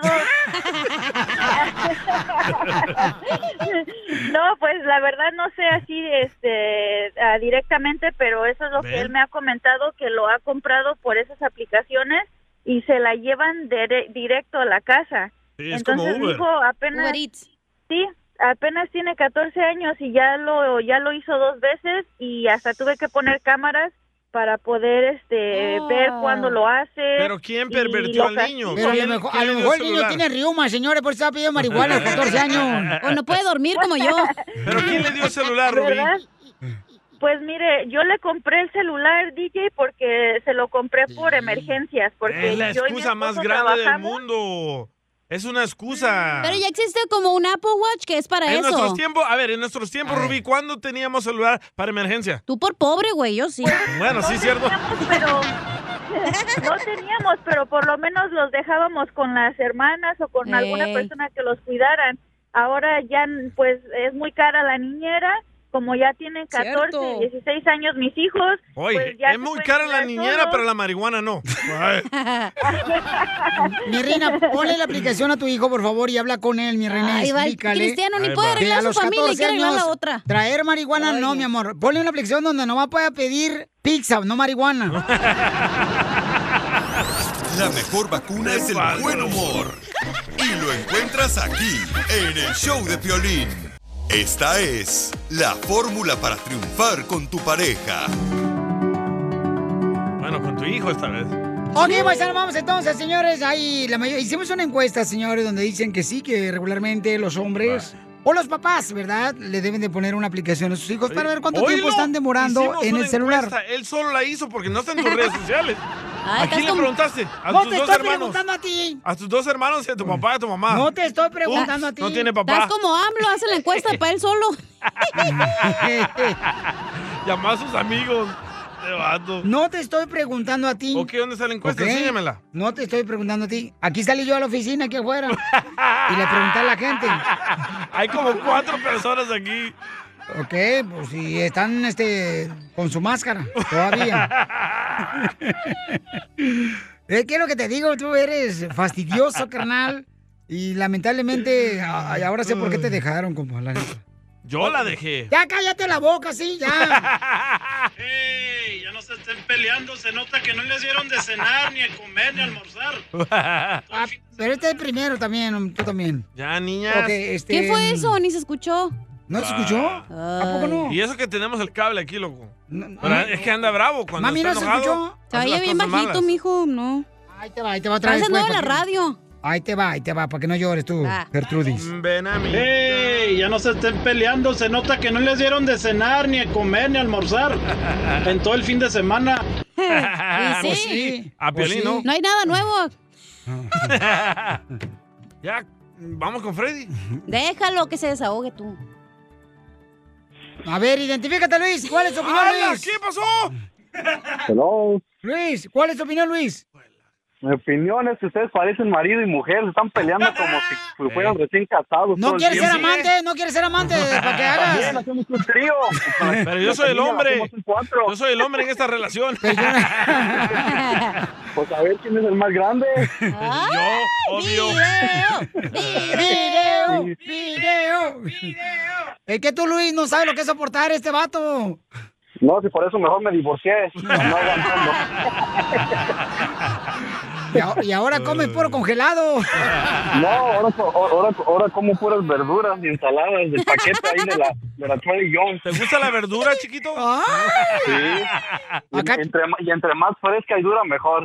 No, pues la verdad no sé así directamente, pero eso es lo que él me ha comentado, que lo ha comprado por esas aplicaciones y se la llevan directo a la casa. Sí, es como Entonces mi Uber. hijo apenas apenas tiene 14 años y ya lo hizo 2 veces y hasta tuve que poner cámaras para poder ver cuándo lo hace. Pero ¿quién y pervirtió lo al castigo. niño? Pero a ¿Quién- lo mejor, quién le dio el niño celular? tiene riuma, señores, por eso está pidiendo marihuana a los 14 años. O no puede dormir como yo. ¿Pero quién le dio el celular, Rubí? ¿Verdad? Pues mire, yo le compré el celular, DJ, porque se lo compré por emergencias, porque Es la yo y mi excusa más esposo grande del trabajamos. mundo. Es una excusa. Pero ya existe como un Apple Watch que es para En eso. nuestros tiempos, en nuestros tiempos, Rubí, ¿cuándo teníamos celular para emergencia? Tú por pobre, güey, yo sí. Bueno, sí, cierto. Pero no teníamos, pero por lo menos los dejábamos con las hermanas o con alguna persona que los cuidaran. Ahora ya, pues, es muy cara la niñera. Como ya tienen 14, Cierto. 16 años mis hijos. Oye, pues ya es muy cara la niñera, pero la marihuana no. Mi reina, ponle la aplicación a tu hijo, por favor, y habla con él, mi reina. Ay, va, Explícale. Cristiano ni Ahí puede va. arreglar Que a su los familia y 14 quiere arreglar la años, otra. Traer marihuana no, mi amor. Ponle una aplicación donde nomás pueda pedir pizza, no marihuana. La mejor vacuna es el buen humor. Y lo encuentras aquí, en el show de Piolín. Esta es la fórmula para triunfar con tu pareja. Bueno, con tu hijo esta vez. Ok, paisano, vamos entonces, señores. Ahí hicimos una encuesta, señores, donde dicen que sí, que regularmente los hombres o los papás, ¿verdad? Le deben de poner una aplicación a sus hijos para ver cuánto tiempo están demorando Hicimos en una el celular. encuesta. Él solo la hizo porque no está en tus redes sociales. Ay, ¿A quién le preguntaste? ¿A No tus te dos estoy hermanos? preguntando a ti. ¿A tus dos hermanos y a tu papá y a tu mamá? No te estoy preguntando a ti. No tiene papá. Estás como AMLO, hace la encuesta para él solo. Llama a sus amigos. Este vato. No te estoy preguntando a ti. Ok, ¿dónde está la encuesta? Ok. Enséñamela. No te estoy preguntando a ti. Aquí salí yo a la oficina, aquí afuera. Y le pregunté a la gente. Hay como 4 personas aquí. Ok, pues si están con su máscara todavía. ¿Qué es lo que te digo? Tú eres fastidioso, carnal. Y lamentablemente, ahora sé por qué te dejaron, como la neta. Yo la dejé. Ya cállate la boca, sí, ya. ¡Ey! Ya no se estén peleando. Se nota que no les dieron de cenar, ni de comer, ni almorzar. Pero este es el primero también, tú también. Ya, niñas. Ok, ¿Qué fue eso? Ni se escuchó. ¿No se escuchó? ¿A poco no? Y eso que tenemos el cable aquí, loco. Pero es que anda bravo cuando Mami, está ¿no se enojado. escuchó? Se oye bien bajito, mijo, no. Ahí te va otra vez. Haces nuevo la radio. Ahí te va, para que no llores tú, Gertrudis. Ven a mí. ¡Ey! Ya no se estén peleando. Se nota que no les dieron de cenar, ni de comer, ni almorzar. En todo el fin de semana. Y Pues sí. A Piolín, ¿no? No hay nada nuevo. Ya, vamos con Freddy. Déjalo que se desahogue tú. A ver, identifícate, Luis. ¿Cuál es tu opinión, ¡Hala! Luis? ¿Qué pasó? Hello. Luis, ¿cuál es tu opinión, Luis? Mi opinión es que ustedes parecen marido y mujer, se están peleando como si fueran recién casados. No todo el quieres ser tiempo. amante, no quieres ser amante, para que hagas. También hacemos un trío. Pero yo soy el hombre. Hacemos un 4. Yo soy el hombre en esta relación. Pues a ver quién es el más grande. Yo, obvio. ¡Video! Es que tú, Luis, no sabes lo que es soportar este vato. No, si por eso mejor me divorcié. No aguantando. Y ahora comes puro congelado. No, ahora como puras verduras y ensaladas del paquete ahí de la Trader Joe's. ¿Te gusta la verdura, chiquito? Sí. Y entre más fresca y dura, mejor.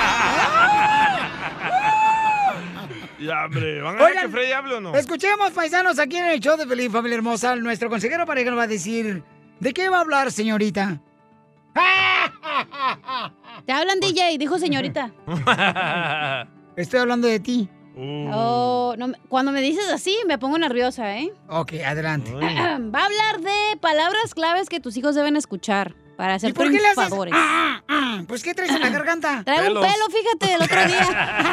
Ya, hombre. ¿Van a ver Oigan, que Freddy hable o no? Escuchemos, paisanos, aquí en el show de Piolín, familia hermosa. Nuestro consejero pareja nos va a decir... ¿De qué va a hablar, señorita? Te hablan, DJ, dijo señorita. Estoy hablando de ti. Oh, no, cuando me dices así, me pongo nerviosa, ¿eh? Ok, adelante. Va a hablar de palabras claves que tus hijos deben escuchar para ser ¿Y por qué le haces? triunfadores. Pues, ¿qué traes en la garganta? Traigo un pelo, fíjate, del otro día.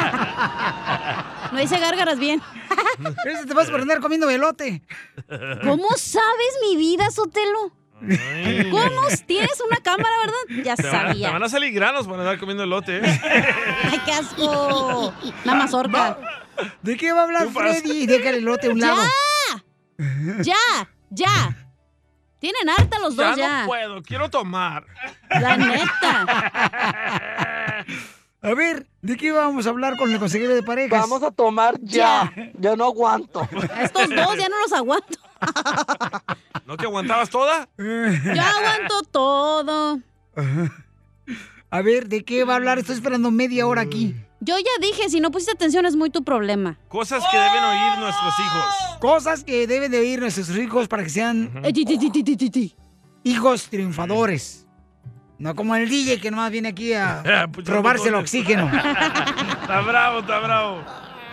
No hice gárgaras bien. Te vas a prender comiendo elote. ¿Cómo sabes mi vida, Sotelo? ¿Cómo? Tienes una cámara, ¿verdad? Ya sabía. Te van a salir granos por andar comiendo elote, ¿eh? ¡Ay, qué asco! Una mazorca. ¿De qué va a hablar Freddy? Deja el elote a un lado. ¡Ya! Tienen harta los dos ya. No puedo, quiero tomar. La neta. A ver, ¿de qué vamos a habar con el consejero de parejas? Vamos a tomar ya. Yo no aguanto. Estos dos ya no los aguanto. ¿No te aguantabas toda? Yo aguanto todo. A ver, ¿de qué va a hablar? Estoy esperando media hora aquí. Yo ya dije, si no pusiste atención es muy tu problema. Cosas que deben oír nuestros hijos. Cosas que deben de oír nuestros hijos para que sean hijos triunfadores. No como el DJ que nomás viene aquí a robarse el oxígeno. Está bravo, está bravo.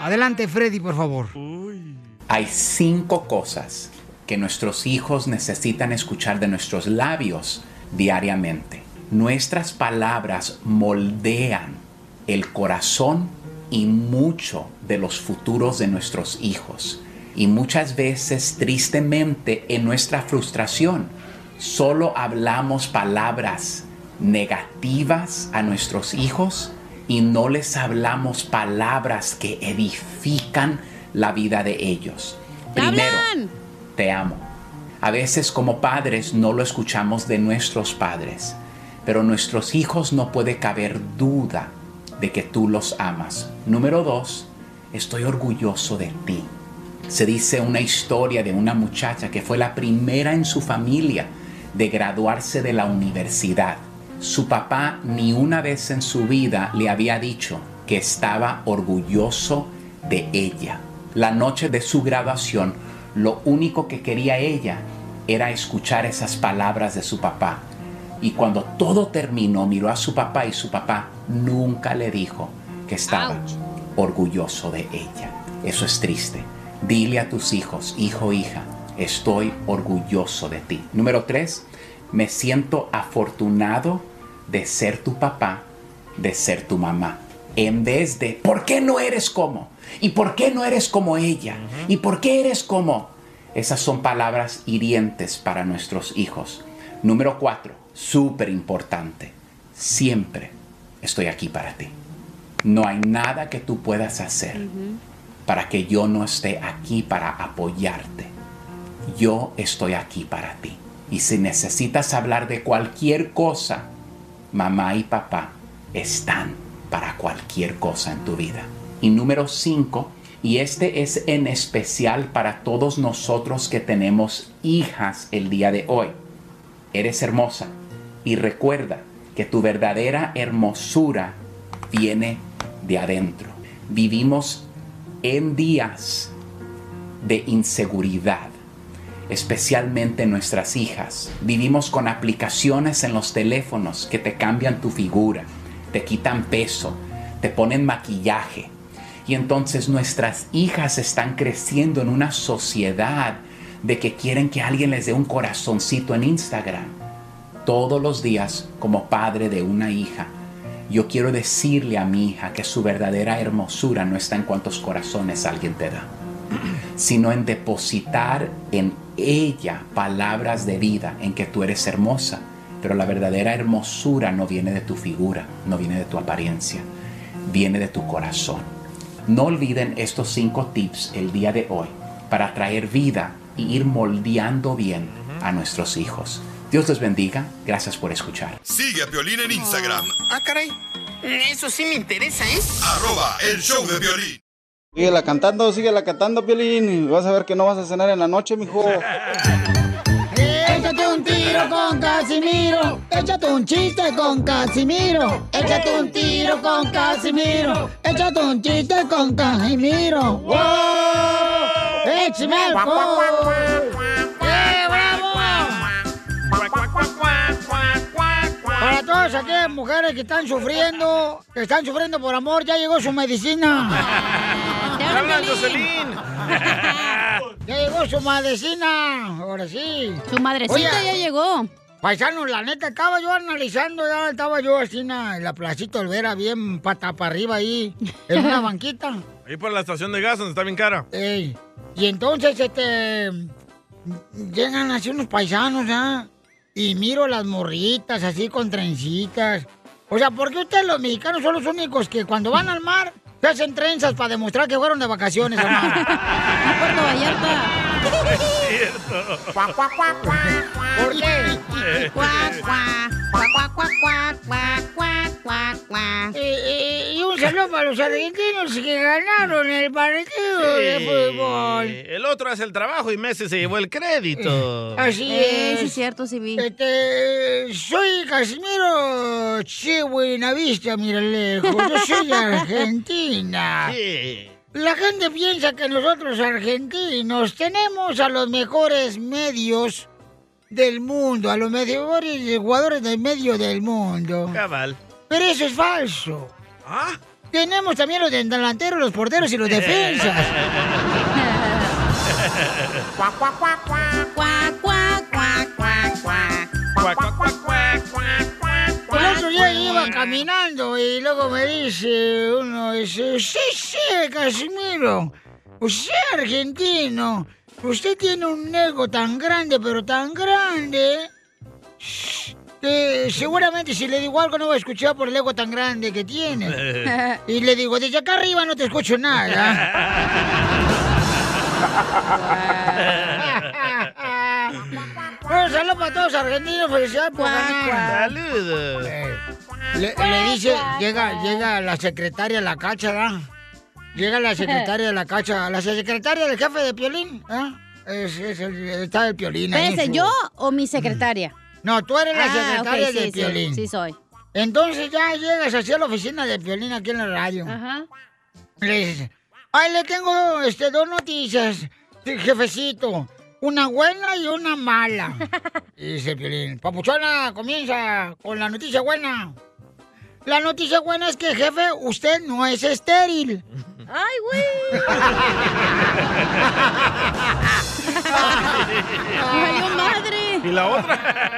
Adelante, Freddy, por favor. Hay 5 cosas que nuestros hijos necesitan escuchar de nuestros labios diariamente. Nuestras palabras moldean el corazón y mucho de los futuros de nuestros hijos. Y muchas veces, tristemente, en nuestra frustración, solo hablamos palabras negativas a nuestros hijos y no les hablamos palabras que edifican la vida de ellos. Primero, te amo. A veces como padres no lo escuchamos de nuestros padres, pero nuestros hijos no puede caber duda de que tú los amas. Número 2, estoy orgulloso de ti. Se dice una historia de una muchacha que fue la primera en su familia de graduarse de la universidad. Su papá ni una vez en su vida le había dicho que estaba orgulloso de ella. La noche de su graduación, lo único que quería ella era escuchar esas palabras de su papá. Y cuando todo terminó, miró a su papá y su papá nunca le dijo que estaba orgulloso de ella. Eso es triste. Dile a tus hijos, hijo, hija, estoy orgulloso de ti. Número 3, me siento afortunado de ser tu papá, de ser tu mamá. En vez de, ¿por qué no eres como? ¿Y por qué no eres como ella? ¿Y por qué eres como? Esas son palabras hirientes para nuestros hijos. Número 4, súper importante. Siempre estoy aquí para ti. No hay nada que tú puedas hacer para que yo no esté aquí para apoyarte. Yo estoy aquí para ti. Y si necesitas hablar de cualquier cosa, mamá y papá están para cualquier cosa en tu vida. Y número 5, y este es en especial para todos nosotros que tenemos hijas el día de hoy. Eres hermosa y recuerda que tu verdadera hermosura viene de adentro. Vivimos en días de inseguridad, especialmente nuestras hijas. Vivimos con aplicaciones en los teléfonos que te cambian tu figura, te quitan peso, te ponen maquillaje. Y entonces nuestras hijas están creciendo en una sociedad de que quieren que alguien les dé un corazoncito en Instagram. Todos los días, como padre de una hija, yo quiero decirle a mi hija que su verdadera hermosura no está en cuántos corazones alguien te da, sino en depositar en ella palabras de vida, en que tú eres hermosa. Pero la verdadera hermosura no viene de tu figura, no viene de tu apariencia, viene de tu corazón. No olviden estos 5 tips el día de hoy para traer vida y ir moldeando bien a nuestros hijos. Dios les bendiga. Gracias por escuchar. Sigue a Piolín en Instagram. Ah, caray. Eso sí me interesa, ¿eh? @elshowdepiolín. Síguela cantando, Piolín. Vas a ver que no vas a cenar en la noche, mijo. Échate un tiro con Casimiro. Échate un chiste con Casimiro. Échate un tiro con Casimiro. Échate un chiste con Casimiro. ¡Wow! ¡Échame alcohol! ¡Eh, bravo! Para todas aquellas mujeres que están sufriendo por amor, ya llegó su medicina. Ya llegó su medicina, ahora sí. Su madrecita ya llegó. Paisano, la neta, estaba yo analizando, ya estaba yo así en la Placita Olvera, bien pata para arriba ahí, en una banquita. Ahí por la estación de gas, donde está bien cara. Ey. Y entonces, llegan así unos paisanos, ¿ah? Y miro las morritas así con trencitas. O sea, ¿por qué ustedes los mexicanos son los únicos que cuando van al mar se hacen trenzas para demostrar que fueron de vacaciones, hermano? Puerto Vallarta. Es cierto. ¿Por qué? Y un saludo para los argentinos que ganaron el partido de fútbol. El otro hace el trabajo y Messi se llevó el crédito. Así es. Sí, es cierto, sí vi. Soy Casimiro Che Buenavista, mira lejos. Yo soy de Argentina. Sí. La gente piensa que nosotros argentinos tenemos a los mejores medios del mundo, a los mejores jugadores del medio del mundo. Cabal. Pero eso es falso. ¿Ah? Tenemos también los delanteros, los porteros y los defensas. Cuac, cuac, cuac, cuac, cuac, cuac, cuac, cuac, cuac. El otro día iba caminando y luego me dice uno, sí, Casimiro, usted es argentino, usted tiene un ego tan grande, pero tan grande, que seguramente si le digo algo no va a escuchar por el ego tan grande que tiene. Y le digo, desde acá arriba no te escucho nada. Bueno, saludos para todos los argentinos, felicidades por ganar. Saludos. Le dice, llega la secretaria a la cacha, ¿verdad? Llega la secretaria de la cacha, la secretaria del jefe de Piolín, está el Piolín ahí. ¿Espérese, yo o mi secretaria? No, tú eres la secretaria okay, de Piolín. Sí, soy. Entonces ya llegas hacia la oficina de Piolín aquí en la radio. Ajá. Le dices, ay, le tengo 2 noticias, jefecito. Una buena y una mala. Y dice Piolín, papuchona, comienza con la noticia buena. La noticia buena es que, jefe, usted no es estéril. ¡Ay, güey! ¡Valió madre! ¿Y la otra?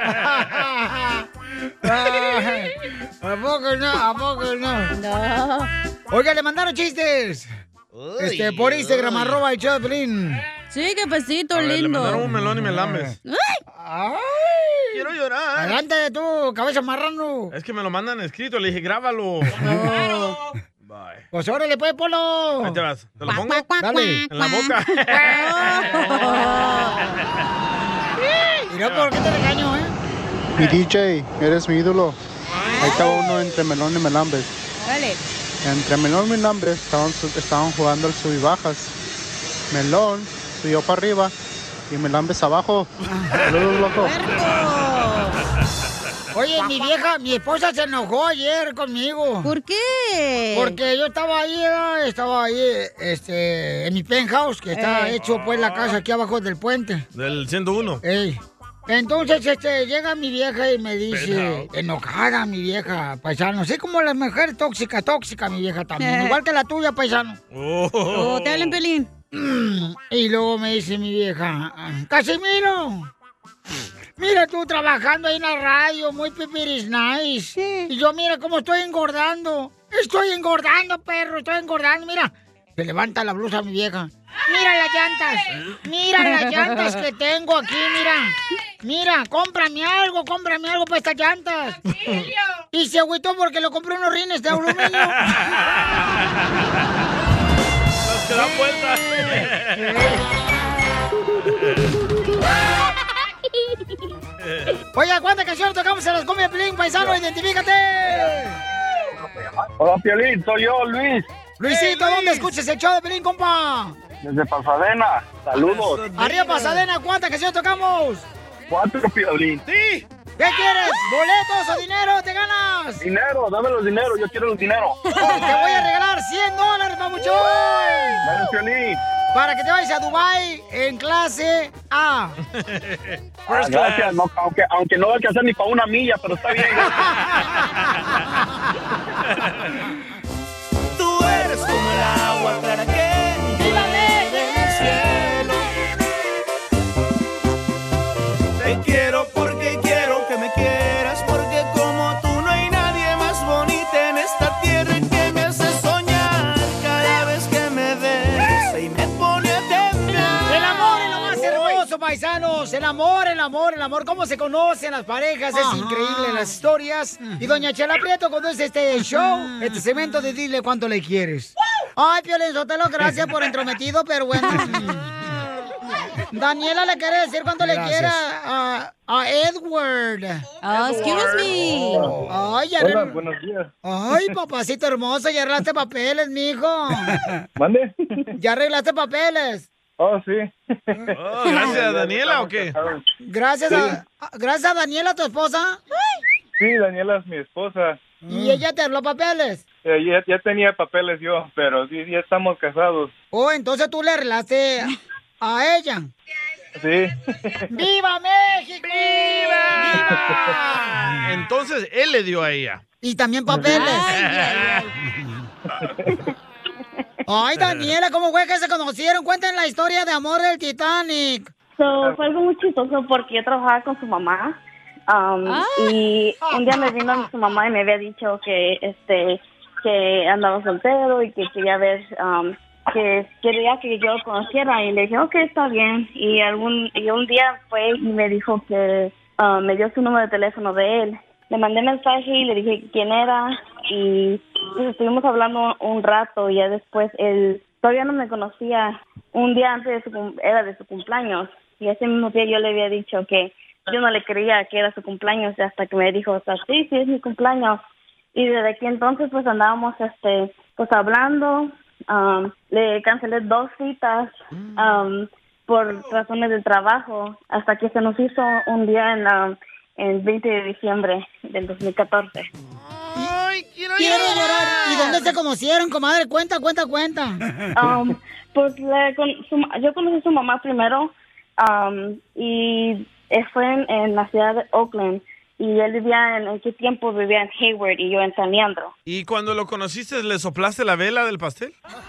¿A poco no? ¿A poco no? No. Oiga, le mandaron chistes. Por Instagram, @el show de Piolín. Sí, qué pesito lindo. Le mandaron un melón y me lambes. ¡Ay! Quiero llorar. Adelante de tu cabeza marrano. Es que me lo mandan escrito, le dije, grábalo. No. Bye. Pues órale, pues, Polo. Ahí te vas. ¿Te lo pongo? Dale. En la boca. Mira, ¿por qué te regaño, Mi DJ, eres mi ídolo. Ahí estaba uno entre Melón y Melambes. Dale. Entre Melón y Melambes estaban jugando al sub y bajas. Melón subió para arriba y Melambes abajo. Saludos, loco. Oye, mi esposa se enojó ayer conmigo. ¿Por qué? Porque yo estaba ahí en mi penthouse, que está hecho pues la casa aquí abajo del puente. Del 101. Ey. Entonces, llega mi vieja y me dice, enojada mi vieja, paisano. Así como la mujer tóxica mi vieja también. Igual que la tuya, paisano. Te hablan, Pelín. Y luego me dice mi vieja, Casimiro, mira tú trabajando ahí en la radio, muy pipiris nice. Sí. Y yo mira cómo estoy engordando. Estoy engordando, perro, estoy engordando, mira. Se levanta la blusa mi vieja. Mira las llantas que tengo aquí, mira, cómprame algo para estas llantas. Y se agüitó porque le compré unos rines de aluminio. Los que dan vueltas. Oye, ¿cuántas canciones tocamos en las cumbias, Piolín, paisano? ¡Identifícate! Hola, Piolín, soy yo, Luis. Luisito, ¿dónde escuchas el show de Piolín, compa? Desde Pasadena. Saludos. Arriba, Pasadena, ¿cuántas canciones tocamos? 4, Piolín. Sí. ¿Qué quieres? ¿Boletos o dinero? ¿Te ganas? Dinero, dame los dinero, yo quiero los dinero. Te voy a regalar $100, papuchón. Dale, Piolín. Para que te vayas a Dubái en clase A. Gracias, no, aunque no hay que hacer ni para una milla, pero está bien. Tú eres como el agua clara que vive en el cielo. Te quiero porque quiero que me quieras, porque como tú no hay nadie más bonita en esta tierra que me hace soñar cada vez que me besa y me pone a temblar. El amor es lo más hermoso, paisanos. El amor. Cómo se conocen las parejas. Es increíble las historias. Y doña Chela Prieto conduce este show, este segmento de Dile Cuánto Le Quieres. Ay, Piolín Sotelo, gracias por entrometido, pero bueno. Daniela le quiere decir cuánto le quiere a Edward. Excuse me. Ay, Hola, buenos días. Ay, papacito hermoso, ya arreglaste papeles, mijo. ¿Mande? ¿Ya arreglaste papeles? Oh, sí. ¿Gracias a Daniela o qué? Gracias a Daniela, tu esposa. Sí, Daniela es mi esposa. ¿Y ella te arregló papeles? Ya tenía papeles yo, pero sí, ya estamos casados. Oh, entonces tú le arreglaste a ella. Sí. ¡Viva México! ¡Viva! Entonces, él le dio a ella. Y también papeles. Ay, Daniela, ¿cómo fue que se conocieron? Cuenten la historia de amor del Titanic. Fue algo muy chistoso porque yo trabajaba con su mamá. Y un día me vino su mamá y me había dicho que andaba soltero y que quería ver, que quería que yo lo conociera, y le dije, ok, está bien. Y un día fue y me dijo que me dio su número de teléfono de él. Le mandé mensaje y le dije quién era, y pues estuvimos hablando un rato, y ya después él todavía no me conocía. Un día antes era de su cumpleaños, y ese mismo día yo le había dicho que yo no le creía que era su cumpleaños, hasta que me dijo, o sea, sí, es mi cumpleaños. Y desde aquí entonces pues andábamos pues hablando. Le cancelé 2 citas por razones de trabajo, hasta que se nos hizo un día en el 20 de diciembre del 2014. ¡Ay, quiero llorar! ¿Y dónde se conocieron, comadre? Cuenta. Pues yo conocí a su mamá primero, y fue en la ciudad de Oakland. Y él vivía en qué tiempo vivía en Hayward y yo en San Leandro. ¿Y cuando lo conociste, le soplaste la vela del pastel?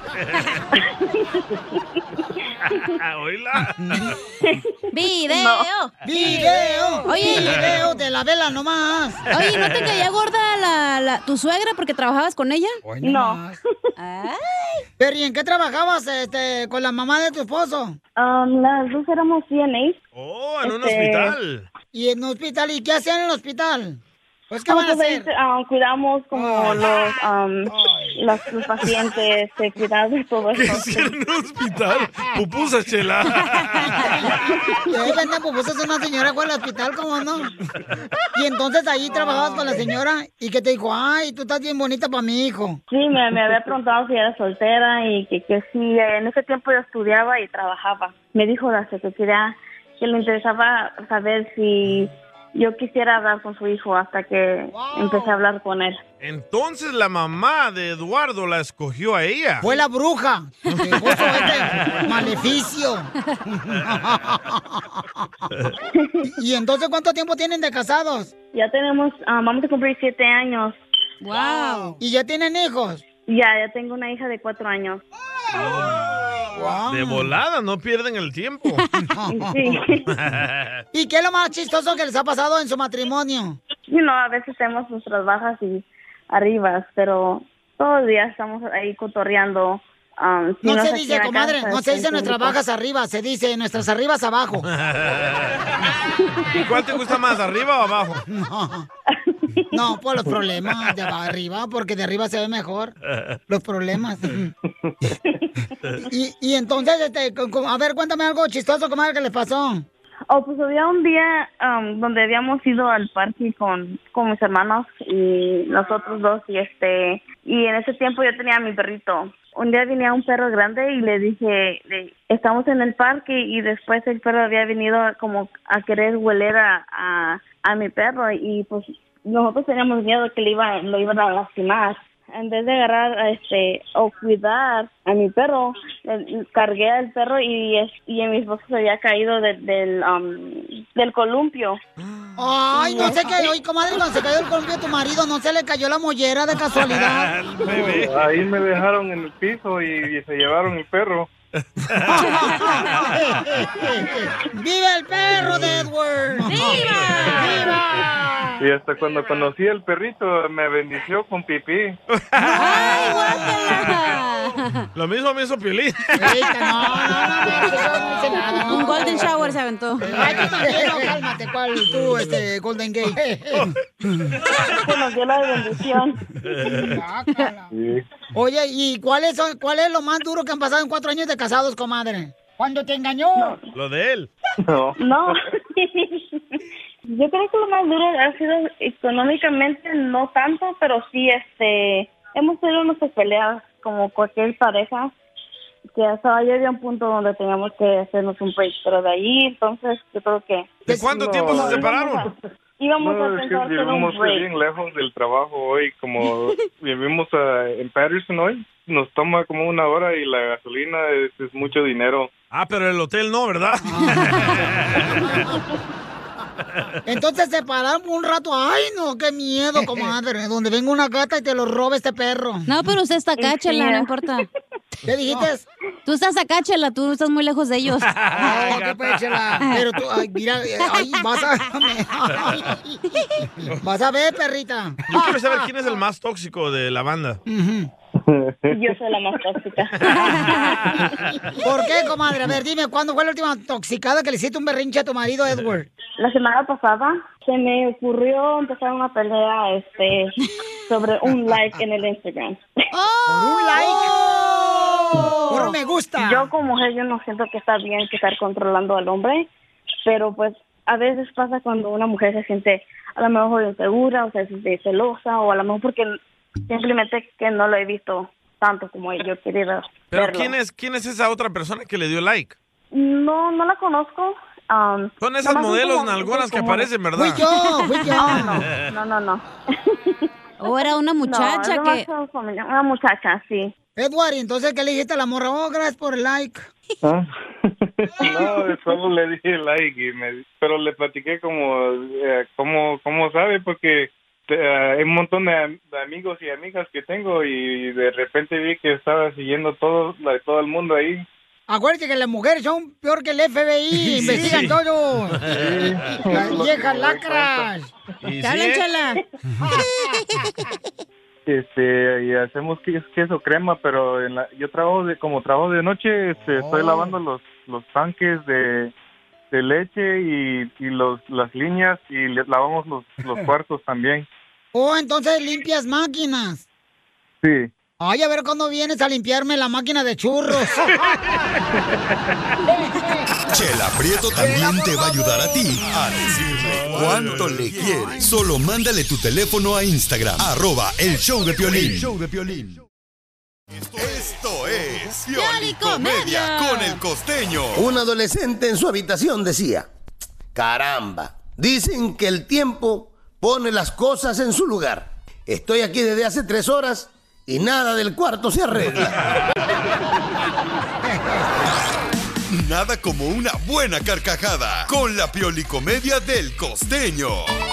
¡Oíla! ¡Video! No. ¡Video! Oye, ¡Video de la vela nomás! Oye, ¿no te caía gorda tu suegra porque trabajabas con ella? No. Ay. Pero ¿y en qué trabajabas con la mamá de tu esposo? Las dos éramos CNAs. ¡Oh, en un hospital! ¿Y en un hospital? ¿Y qué hacían en el hospital? Pues, ¿qué van a hacer? Cuidamos como los pacientes, cuidamos de todo eso. ¿Qué hacían en un hospital? Pupusa, Chela. ¿Qué venden pupusas una señora con el hospital? ¿Cómo no? Y entonces ahí trabajabas con la señora y que te dijo, ay, tú estás bien bonita para mi hijo. Sí, me había preguntado si era soltera y que sí, en ese tiempo yo estudiaba y trabajaba. Me dijo la secretaria que le interesaba saber si yo quisiera hablar con su hijo, hasta que empecé a hablar con él. Entonces la mamá de Eduardo la escogió a ella. Fue la bruja. Que puso maleficio. ¿Y entonces cuánto tiempo tienen de casados? Ya tenemos, vamos a cumplir 7 años. Wow. ¿Y ya tienen hijos? Ya tengo una hija de 4 años. Wow. De volada, no pierden el tiempo. Sí. ¿Y qué es lo más chistoso que les ha pasado en su matrimonio? A veces tenemos nuestras bajas y arribas, pero todos los días estamos ahí cotorreando. No se dice, comadre, no se dice nuestras bajas arriba, se dice nuestras arribas abajo. ¿Y cuál te gusta más, arriba o abajo? No, pues los problemas de arriba, porque de arriba se ve mejor. Los problemas. Y entonces, a ver, cuéntame algo chistoso, comadre, que les pasó. Pues había un día donde habíamos ido al parque con mis hermanos y nosotros dos, y en ese tiempo yo tenía a mi perrito. Un día venía un perro grande y le dije, estamos en el parque, y después el perro había venido como a querer hueler a mi perro, y pues nosotros teníamos miedo que lo iban a lastimar. En vez de agarrar o cuidar a mi perro, cargué al perro y mi esposo se había caído del columpio. Ay, no sé qué, oye, comadre, cuando se cayó el columpio de tu marido, ¿no se le cayó la mollera de casualidad? Ahí me dejaron en el piso y se llevaron el perro. ¡Viva el perro de Edward! ¡Viva! Y hasta cuando conocí al perrito me bendició con pipí. ¡Ay, guácala! Lo mismo me hizo Piolín. Un golden shower se aventó. Ay, tú también, no, cálmate, ¿cuál tú, Golden Gate? Se nos dio la bendición. Sí. Oye, ¿y cuál es lo más duro que han pasado en 4 años de casados, comadre? ¿Cuándo te engañó? No. Lo de él. No. Yo creo que lo más duro ha sido económicamente, no tanto, pero sí, hemos tenido nuestras peleas como cualquier pareja, que hasta ya había un punto donde teníamos que hacernos un break, pero de ahí, entonces, yo creo que... ¿De cuánto tiempo se separaron? íbamos a No, es que pensar hacer un vivimos break. bien lejos del trabajo hoy, como vivimos en Patterson hoy, nos toma como 1 hora y la gasolina es mucho dinero. Ah, pero el hotel no, ¿verdad? Entonces se pararon un rato. Ay, no, qué miedo, comadre. Donde venga una gata y te lo robe este perro. No, pero usted está acá, Chela, no importa. ¿Qué dijiste? Tú estás acá, Chela, tú estás muy lejos de ellos. No, qué pues, Chela. Pero tú, ay, mira, ay, vas a ver, perrita. Yo quiero saber quién es el más tóxico de la banda. Yo soy la más tóxica. ¿Por qué, comadre? A ver, dime, ¿cuándo fue la última toxicada que le hiciste un berrinche a tu marido, Edward? La semana pasada se me ocurrió empezar una pelea sobre un like en el Instagram. ¿Por un like? Por un me gusta. Yo como mujer yo no siento que está bien que estar controlando al hombre, pero pues a veces pasa cuando una mujer se siente a lo mejor insegura, o sea, se siente celosa, o a lo mejor porque simplemente que no lo he visto tanto como yo quería Pero verlo. ¿quién es esa otra persona que le dio like? No la conozco. Son esas modelos nalgonas que aparecen, ¿verdad? Fui yo. No. ¿O era una muchacha que...? Una muchacha, sí. Edward, ¿y entonces qué le dijiste a la morra? Oh, gracias por el like. ¿Ah? No, solo le dije like, pero le platiqué cómo sabe, porque hay un montón de amigos y amigas que tengo y de repente vi que estaba siguiendo todo el mundo ahí. Acuérdate que las mujeres son peor que el FBI, investigan todo. Las viejas lacras. ¿Te hablan, Chela? Y hacemos queso crema, pero yo trabajo de noche, estoy lavando los tanques de leche y las líneas y lavamos los cuartos también. Oh, entonces limpias máquinas. Sí. Ay, a ver cuándo vienes a limpiarme la máquina de churros. Chela Prieto también te va a ayudar a ti a decirle cuánto le quieres. Solo mándale tu teléfono a Instagram, @el show de Piolín. Esto es Piolicomedia con el Costeño. Un adolescente en su habitación decía: caramba, dicen que el tiempo pone las cosas en su lugar. Estoy aquí desde hace 3 horas y nada del cuarto se arregla. Nada como una buena carcajada con la Piolicomedia del Costeño.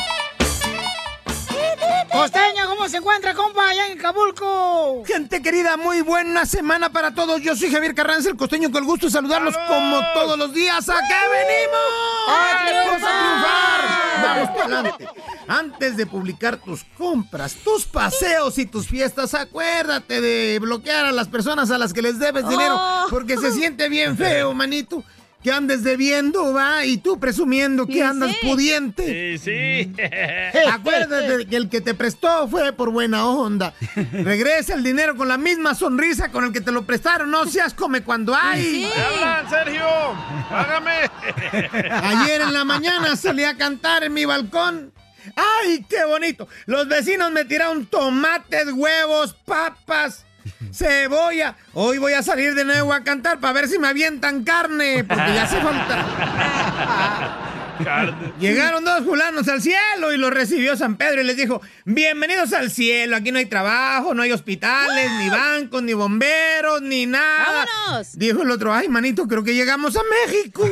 Costeño, ¿cómo se encuentra, compa, allá en Acapulco? Gente querida, muy buena semana para todos. Yo soy Javier Carranza, el Costeño, con el gusto de saludarlos como todos los días. ¿A qué venimos? ¡A triunfar! Vamos para adelante. Antes de publicar tus compras, tus paseos y tus fiestas, acuérdate de bloquear a las personas a las que les debes dinero, porque se siente bien feo, manito, que andes debiendo, va, y tú presumiendo que andas pudiente. Sí. Acuérdate de que el que te prestó fue por buena onda. Regresa el dinero con la misma sonrisa con el que te lo prestaron. No seas come cuando hay. ¿Me hablan, Sergio? Págame. Ayer en la mañana salí a cantar en mi balcón. ¡Ay, qué bonito! Los vecinos me tiraron tomates, huevos, papas, cebolla. Hoy voy a salir de nuevo a cantar para ver si me avientan carne, porque ya hace falta. Llegaron 2 fulanos al cielo y los recibió San Pedro y les dijo: bienvenidos al cielo, aquí no hay trabajo, no hay hospitales, ni bancos, ni bomberos, ni nada. ¡Vámonos! Dijo el otro: ay, manito, creo que llegamos a México.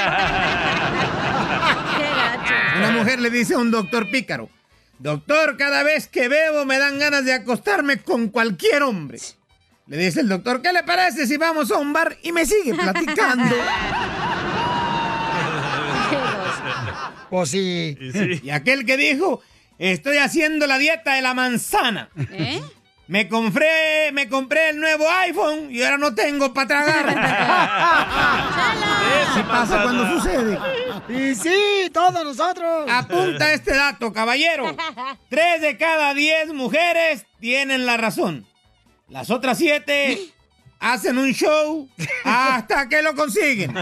Una mujer le dice a un doctor pícaro: doctor, cada vez que bebo me dan ganas de acostarme con cualquier hombre. Le dice el doctor: ¿qué le parece si vamos a un bar? Y me sigue platicando. Pues sí. Y aquel que dijo: estoy haciendo la dieta de la manzana. Me compré el nuevo iPhone y ahora no tengo para tragar. ¿Qué pasa cuando sucede? Y sí, todos nosotros. Apunta este dato, caballero. 3 de cada 10 mujeres tienen la razón. Las otras 7 hacen un show hasta que lo consiguen.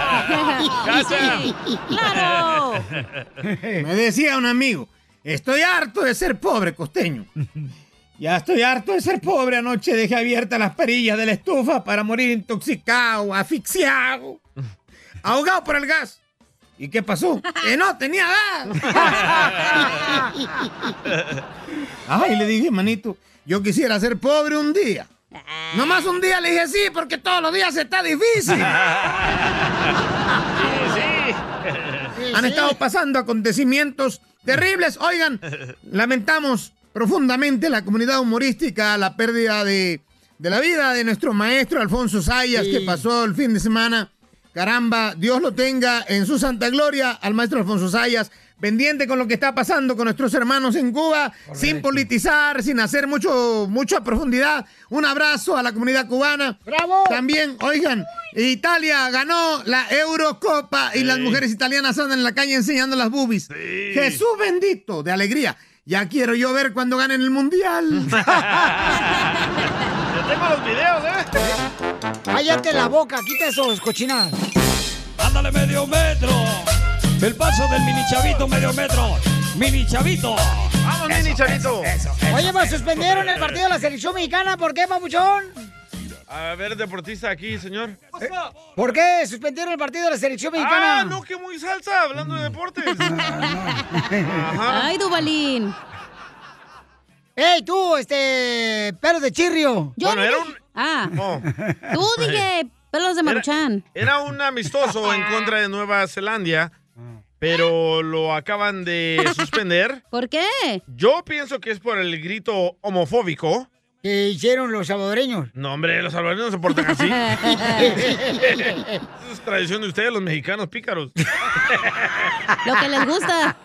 ¡Claro! Me decía un amigo: estoy harto de ser pobre, Costeño. Ya estoy harto de ser pobre. Anoche dejé abiertas las perillas de la estufa para morir intoxicado, asfixiado, ahogado por el gas. ¿Y qué pasó? ¡Que no tenía gas! Ay, le dije, manito, yo quisiera ser pobre un día. Nomás un día le dije sí, porque todos los días está difícil. Han estado pasando acontecimientos terribles. Oigan, lamentamos profundamente la comunidad humorística la pérdida de la vida de nuestro maestro Alfonso Zayas, que pasó el fin de semana. Caramba, Dios lo tenga en su santa gloria al maestro Alfonso Zayas, pendiente con lo que está pasando con nuestros hermanos en Cuba, sin politizar, sin hacer mucha profundidad. Un abrazo a la comunidad cubana. ¡Bravo! También, oigan, Italia ganó la Eurocopa y las mujeres italianas andan en la calle enseñando las boobies. Jesús bendito, de alegría. Ya quiero yo ver cuando ganen el mundial. Yo tengo los videos, Cállate la boca, quita esos cochinadas. Ándale, medio metro. El paso del mini chavito, medio metro. Mini chavito. Vamos, mini chavito. Oye, pues suspendieron el partido de la selección mexicana. ¿Por qué, papuchón? A ver, deportista aquí, señor. ¿Por qué suspendieron el partido de la selección mexicana? Ah, no, que muy salsa, hablando de deportes. Ay, Duvalín. ¡Ey, tú, pelo de chirrio! Bueno, era un... Tú dije pelos de Maruchan. Era un amistoso en contra de Nueva Zelanda, pero lo acaban de suspender. ¿Por qué? Yo pienso que es por el grito homofóbico que hicieron los salvadoreños. No, hombre, los salvadoreños no se portan así. Eso es tradición de ustedes, los mexicanos pícaros. Lo que les gusta.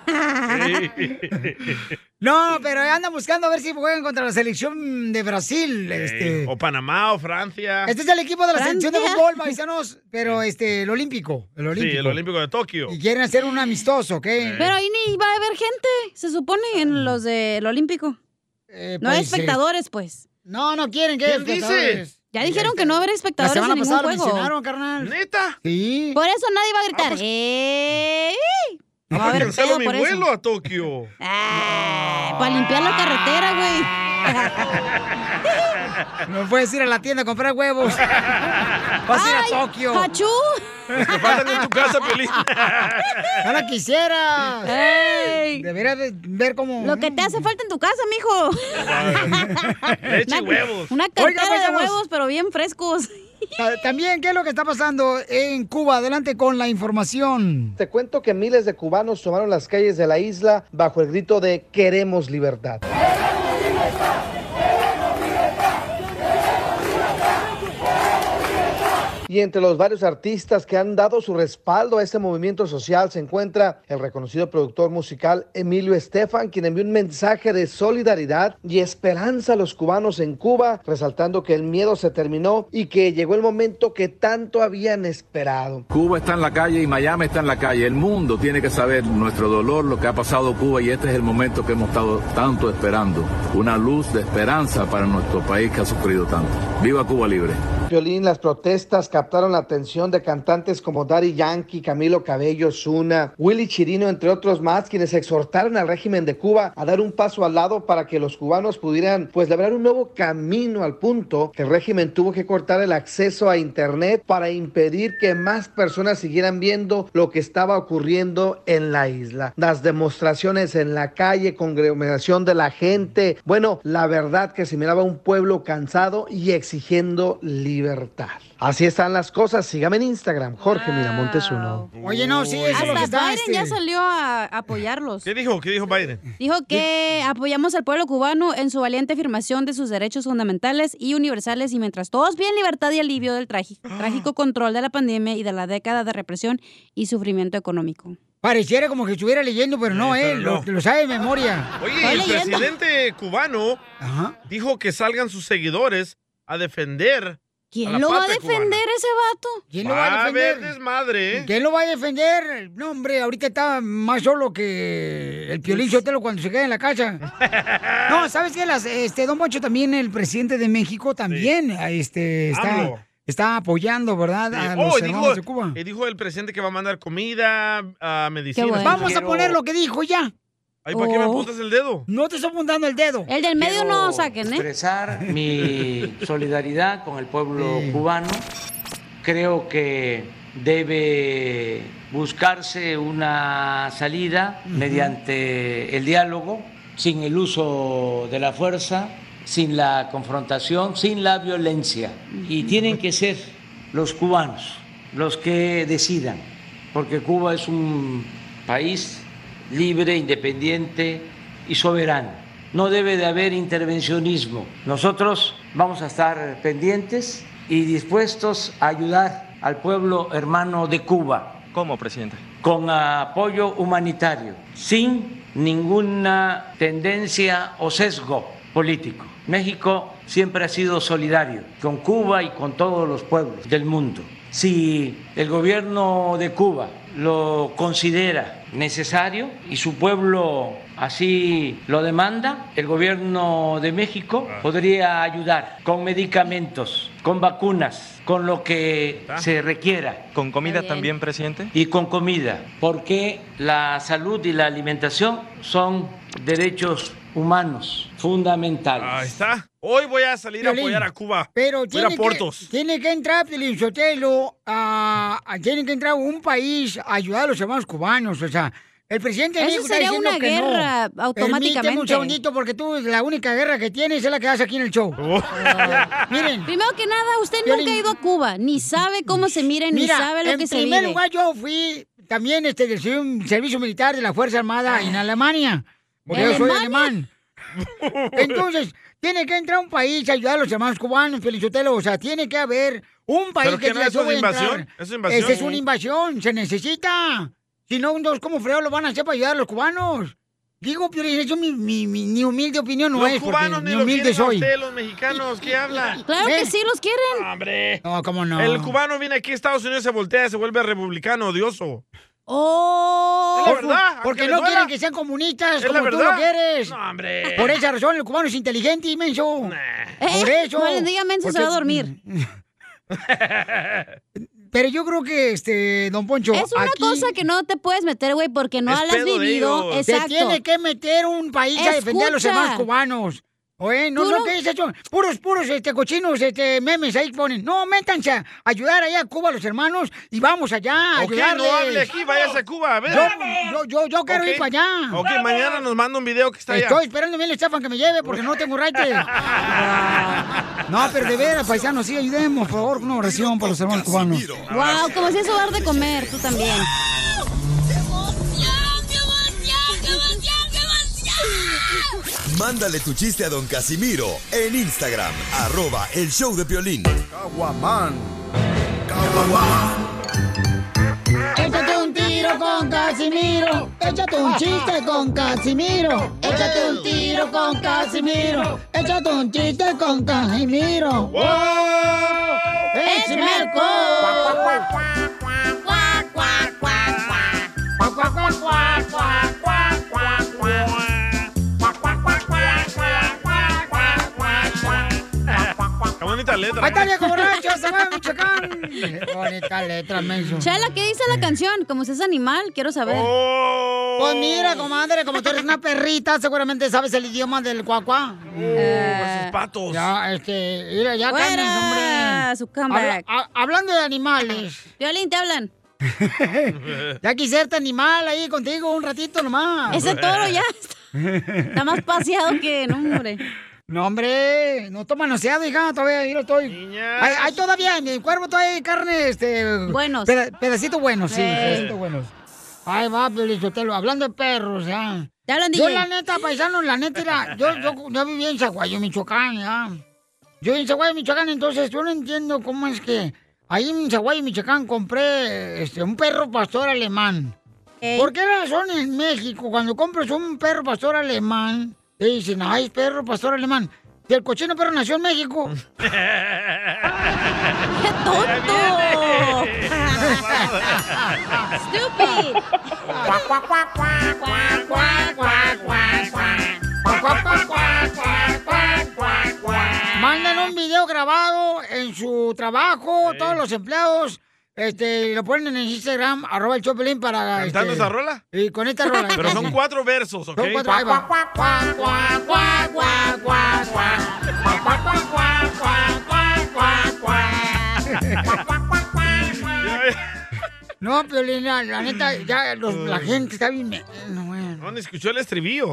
No, pero andan buscando a ver si juegan contra la selección de Brasil. O Panamá o Francia. Este es el equipo de la selección de fútbol, paisanos, pero el olímpico. Sí, el olímpico de Tokio. Y quieren hacer un amistoso, ¿ok? Pero ahí ni va a haber gente, se supone, en los del olímpico. No hay espectadores, pues. No quieren que haya espectadores. Dice? Ya dijeron que no habrá espectadores en ningún juego. Mencionaron, carnal. ¿Neta? Sí. Por eso nadie va a gritar. No va a haber cancelo mi vuelo a Tokio. Para limpiar la carretera, güey. No puedes ir a la tienda a comprar huevos. Vas a ir a Tokio. ¡Hachú! Los que faltan en tu casa, Piolín. ¡Ahora quisieras! ¡Ey! Deberías de ver cómo... Lo que te hace falta en tu casa, mijo. Leche y huevos. Una cartera de huevos, pero bien frescos. También, ¿qué es lo que está pasando en Cuba? Adelante con la información. Te cuento que miles de cubanos tomaron las calles de la isla bajo el grito de "Queremos libertad". Y entre los varios artistas que han dado su respaldo a este movimiento social se encuentra el reconocido productor musical Emilio Estefan, quien envió un mensaje de solidaridad y esperanza a los cubanos en Cuba, resaltando que el miedo se terminó y que llegó el momento que tanto habían esperado. Cuba está en la calle y Miami está en la calle. El mundo tiene que saber nuestro dolor, lo que ha pasado Cuba, y este es el momento que hemos estado tanto esperando. Una luz de esperanza para nuestro país que ha sufrido tanto. ¡Viva Cuba libre! Piolín, las protestas captaron la atención de cantantes como Daddy Yankee, Camilo Cabello, Ozuna, Willy Chirino, entre otros más, quienes exhortaron al régimen de Cuba a dar un paso al lado para que los cubanos pudieran, labrar un nuevo camino, al punto que el régimen tuvo que cortar el acceso a internet para impedir que más personas siguieran viendo lo que estaba ocurriendo en la isla. Las demostraciones en la calle, conglomeración de la gente, la verdad que se miraba un pueblo cansado y exigiendo libertad. Así están las cosas. Sígame en Instagram, Jorge Miramontes 1. Oye, no, sí, eso es lo que está. Biden ya salió a apoyarlos. ¿Qué dijo Biden? Dijo que apoyamos al pueblo cubano en su valiente afirmación de sus derechos fundamentales y universales, y mientras todos piden libertad y alivio del trágico control de la pandemia y de la década de represión y sufrimiento económico. Pareciera como que estuviera leyendo, pero no, lo sabe de memoria. Oye, el presidente cubano dijo que salgan sus seguidores a defender. ¿Quién lo va a defender ese vato? ¿Quién lo va a defender? A ver, desmadre. ¿Quién lo va a defender? No, hombre, ahorita está más solo que el Piolín Sotelo cuando se queda en la casa. No, ¿sabes qué? Don Poncho, también el presidente de México también está apoyando, ¿verdad? A los hermanos de Cuba. Y dijo el presidente que va a mandar comida, medicinas. Bueno. Vamos a poner lo que dijo ya. Ay, ¿para qué me apuntas el dedo? No te estoy apuntando el dedo. El del medio no saquen, Expresar mi solidaridad con el pueblo cubano. Creo que debe buscarse una salida mediante el diálogo, sin el uso de la fuerza, sin la confrontación, sin la violencia. Y tienen que ser los cubanos los que decidan, porque Cuba es un país libre, independiente y soberano. No debe de haber intervencionismo. Nosotros vamos a estar pendientes y dispuestos a ayudar al pueblo hermano de Cuba. ¿Cómo, presidente? Con apoyo humanitario, sin ninguna tendencia o sesgo político. México siempre ha sido solidario con Cuba y con todos los pueblos del mundo. Si el gobierno de Cuba lo considera necesario y su pueblo así lo demanda, el gobierno de México podría ayudar con medicamentos, con vacunas, con lo que se requiera. ¿Con comida también, presidente? Y con comida, porque la salud y la alimentación son derechos humanos fundamentales. Ahí está. Hoy voy a salir a apoyar a Cuba. Pero Voy a ir a Portos. tiene que entrar, Piolín Sotelo, tiene que entrar un país a ayudar a los hermanos cubanos. O sea, el presidente de Eso México está sería diciendo una que guerra no. automáticamente. Permíteme un segundito, porque tú la única guerra que tienes es la que haces aquí en el show. Miren. Primero que nada, usted nunca ha ido a Cuba, ni sabe cómo se mira, ni sabe lo que se vive. En primer lugar, yo fui también del servicio militar de la Fuerza Armada en Alemania. Porque yo soy alemán. Entonces, tiene que entrar un país a ayudar a los hermanos cubanos, Felicitelo. O sea, tiene que haber un país ¿Pero qué no, eso es invasión? ¿Eso es invasión? Esa es una invasión, se necesita. Si no, ¿cómo freo lo van a hacer para ayudar a los cubanos? Digo, Piolín, eso mi humilde opinión no los es, cubanos porque ni ni humilde lo quieren a soy. usted, los mexicanos, ¿qué hablan? Claro que sí los quieren. No, hombre. No, ¿cómo no? El cubano viene aquí a Estados Unidos, se voltea y se vuelve republicano, odioso. Oh, es la verdad. Porque aunque no le duela. quieren que sean comunistas Es la como tú verdad. lo quieres. No, hombre. Por esa razón el cubano es inteligente, inmenso. Por eso. No le diga menso, se va a dormir. Pero yo creo que, don Poncho, es una cosa que no te puedes meter, güey, porque no la has vivido. Exacto. Se tiene que meter un país a defender a los hermanos cubanos. Oye, no, ¿qué es eso? Puros, cochinos, memes ahí ponen. No, métanse a ayudar allá a Cuba a los hermanos y vamos allá a ayudarles. no hable aquí, váyase a Cuba, a ver. Yo quiero ir para allá. Ok, mañana nos manda un video que está allá. Estoy esperando bien el Estefan que me lleve porque no tengo raite. No, pero de veras, paisanos, sí, ayudemos, por favor, una oración para los hermanos cubanos. Wow, como si eso dar de comer, tú también. Mándale tu chiste a don Casimiro en Instagram, @el show de Piolín. Caguamán. Échate un tiro con Casimiro. Échate un chiste con Casimiro. Échate un tiro con Casimiro. Échate un chiste con Casimiro. ¡Wow! ¡Échame alcohol! Qué bonita letra. ¡Ahí está, viejo borracho! ¡Se va a Michoacán! Bonita letra, menso. Chela, ¿qué dice la canción? Como si es animal, quiero saber. Pues mira, comadre, como tú eres una perrita, seguramente sabes el idioma del cuacuá. Esos patos. Ya, mira, ya cambias, hombre. Su comeback. Hablando de animales. Violín, te hablan. Ya quisiera este animal ahí contigo un ratito nomás. Ese toro ya está más paseado que, no, hombre. No, hombre, no toma manoseado, hija, todavía, yo estoy. Hay todavía, en mi cuerpo todavía hay carne, buenos. Pedacitos buenos, sí, pedacitos buenos. Ahí va, Pelizotelo, hablando de perros, ya. ¿Te hablan, yo, DJ? la neta, paisano, la neta, era, yo viví en Zaguayo, Michoacán, ya. Yo en Zaguayo, Michoacán, entonces, yo no entiendo cómo es que ahí en Zaguayo, Michoacán, compré un perro pastor alemán. ¿Por qué razón en México, cuando compras un perro pastor alemán, te dicen, ay, es perro pastor alemán? Y el cochino perro nació en México. ¡Qué tonto! ¡Stupid! Mandan un video grabado en su trabajo, todos los empleados. Lo ponen en Instagram, @el Chopelín para... ¿Cantando esa rola? Y con esta rola. Pero son 4 versos, ¿ok? Son 4, ahí va. No, Piolín, la neta, ya la gente está bien... No, ni escuchó el estribillo.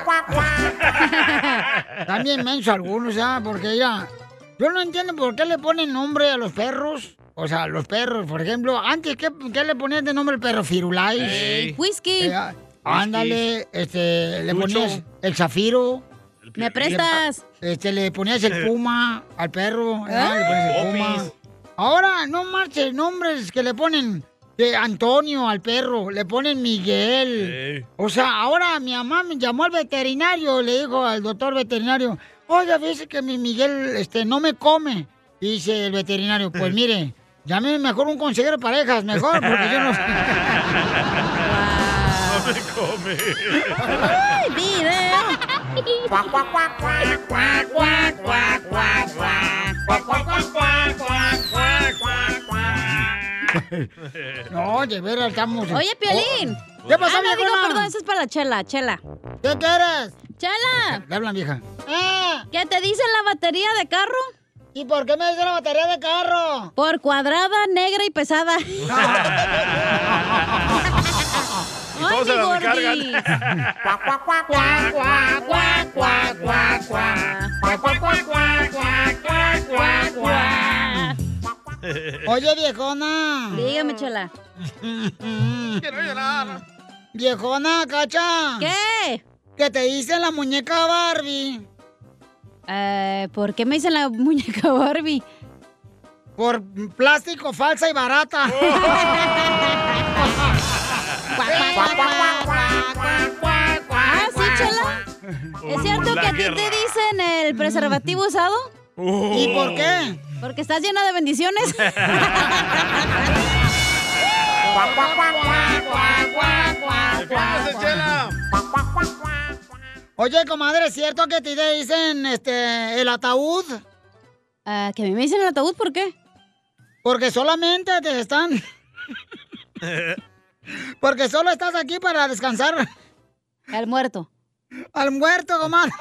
También menso algunos, ¿ya? Porque ya... Yo no entiendo por qué le ponen nombre a los perros. O sea, los perros, por ejemplo. Antes, ¿qué le ponían de nombre al perro? Firulais. Whisky. Ándale, le ponías el Zafiro. ¿Me prestas? Le ponías el Puma al perro. Le ponías el Puma. Ahora, no marches, nombres que le ponen de Antonio al perro, le ponen Miguel. O sea, ahora mi mamá me llamó al veterinario, le dijo al doctor veterinario, oiga, fíjese que mi Miguel no me come. Dice el veterinario, pues mire, llame mejor un consejero de parejas, mejor, porque yo no... No me come. ¡Ay, video! No, de veras estamos... Oye, Piolín. ¿Qué pasó, no, digo, viejona? perdón, eso es para la Chela. ¿Qué quieres? ¡Chela! Le hablan, vieja. ¿Qué te dicen la batería de carro? ¿Y por qué me dice la batería de carro? Por cuadrada, negra y pesada. Y todos se la recargan. Oye, viejona. Dígame, Chela. Quiero llorar. Viejona, Cacha. ¿Qué? ¿Qué te dice la muñeca Barbie? ¿Por qué me dicen la muñeca Barbie? Por plástico, falsa y barata. Ah, sí, Chela. ¿Es cierto que a ti te dicen el preservativo usado? ¿Y por qué? Porque estás llena de bendiciones. Oye, comadre, ¿es cierto que te dicen el ataúd? ¿Que a mí me dicen el ataúd? ¿Por qué? Porque solamente te están... Porque solo estás aquí para descansar. Al muerto. Al muerto, comadre.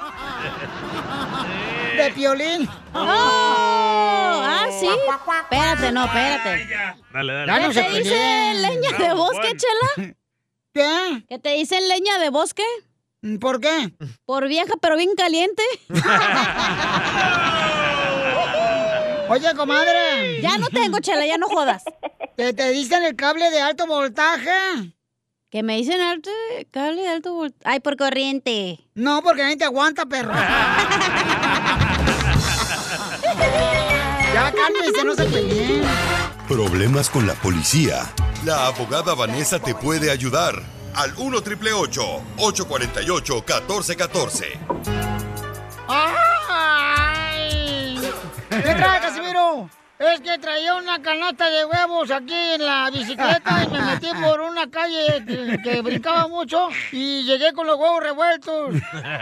De Piolín. ¡Oh! Ah, sí. Espérate. Dale. Ya no ¿Qué se te dicen leña de bosque, Chela? ¿Qué? ¿Qué te dicen leña de bosque? ¿Por qué? Por vieja, pero bien caliente. Oye, comadre. Ya no tengo, Chela, ya no jodas. ¿Te dicen el cable de alto voltaje? ¿Que me dicen cable de alto voltaje? Ay, por corriente. No, porque nadie te aguanta, perro. Ya cálmese, no se peleen. Problemas con la policía. La abogada Vanessa te puede ayudar. Al 1-888-848-1414. ¡Ay! ¿Qué trae, Casimiro? Es que traía una canasta de huevos aquí en la bicicleta y me metí por una calle que brincaba mucho y llegué con los huevos revueltos.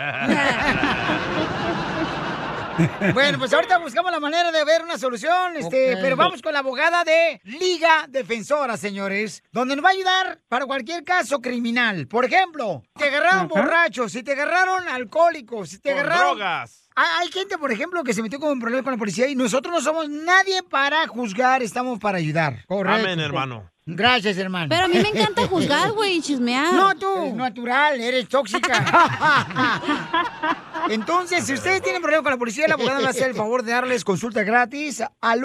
Bueno, pues ahorita buscamos la manera de ver una solución, pero vamos con la abogada de Liga Defensora, señores, donde nos va a ayudar para cualquier caso criminal. Por ejemplo, te agarraron borrachos, si te agarraron alcohólicos, si te agarraron... drogas. Hay gente, por ejemplo, que se metió con un problema con la policía y nosotros no somos nadie para juzgar, estamos para ayudar. Correcto. Amén, hermano. Gracias, hermano. Pero a mí me encanta juzgar, güey, y chismear. No, tú. Es natural, eres tóxica. Entonces, si ustedes tienen problema con la policía, la abogada va a hacer el favor de darles consulta gratis al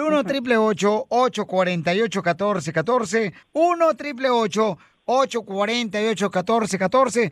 1-888-848-1414. 1-888-848-1414.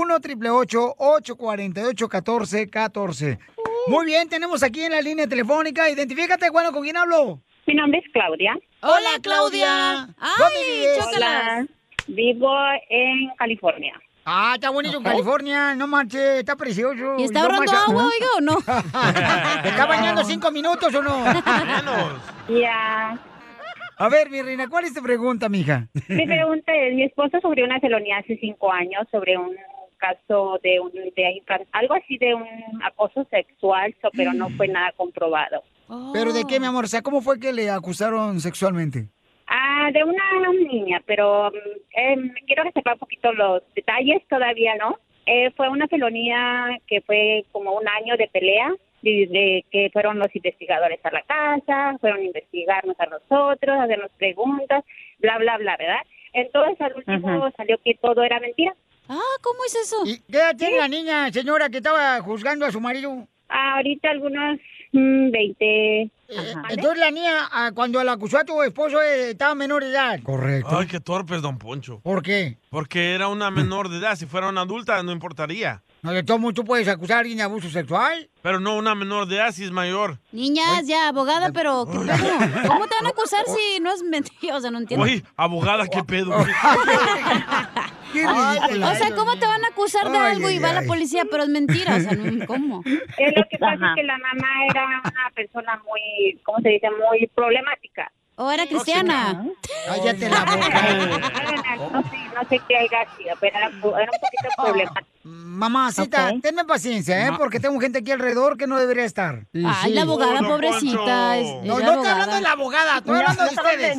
1-888-848-1414. Muy bien, tenemos aquí en la línea telefónica. Identifícate, bueno, ¿con quién hablo? Mi nombre es Claudia. Hola, Claudia. ¿Dónde vives? Hola. Vivo en California. Ah, está bonito en California. No manches, está precioso. ¿Y está ahorrando agua, oiga, o no? ¿Te está bañando 5 minutos o no? Menos. Ya. A ver, mi reina, ¿cuál es tu pregunta, mija? Mi pregunta es, mi esposo sufrió una felonía hace 5 años sobre un caso de algo así de un acoso sexual, pero no fue nada comprobado. ¿Pero de qué, mi amor? O sea, ¿cómo fue que le acusaron sexualmente? De una niña, pero quiero reservar un poquito los detalles, todavía no. Fue una felonía que fue como un año de pelea, de que fueron los investigadores a la casa, fueron a investigarnos a nosotros, hacernos preguntas, bla, bla, bla, ¿verdad? Entonces al último salió que todo era mentira. ¿Cómo es eso? ¿Y qué edad tiene la niña, señora, que estaba juzgando a su marido? Ahorita algunos 20. Entonces la niña, cuando la acusó a tu esposo, estaba menor de edad. Correcto. Ay, qué torpe es don Poncho. ¿Por qué? Porque era una menor de edad. Si fuera una adulta, no importaría. No, de todo mundo tú puedes acusar a alguien de abuso sexual. Pero no una menor de edad si es mayor. Niñas, ya, abogada, pero ¿qué pedo? ¿Cómo te van a acusar si no es mentira? O sea, no entiendo. Oye, abogada, qué pedo. Qué ridícula. O sea, ¿cómo te van a acusar de algo y va la policía, pero es mentira? O sea, ¿cómo? Es lo que pasa es que la mamá era una persona muy, ¿cómo se dice? Muy problemática. ¿O era cristiana? Cállate la boca. No sé qué haya sido, pero era un poquito problemática. Mamacita, tenme paciencia, porque tengo gente aquí alrededor que no debería estar. Ay, la abogada, pobrecita. No estoy hablando de la abogada, estoy hablando de ustedes.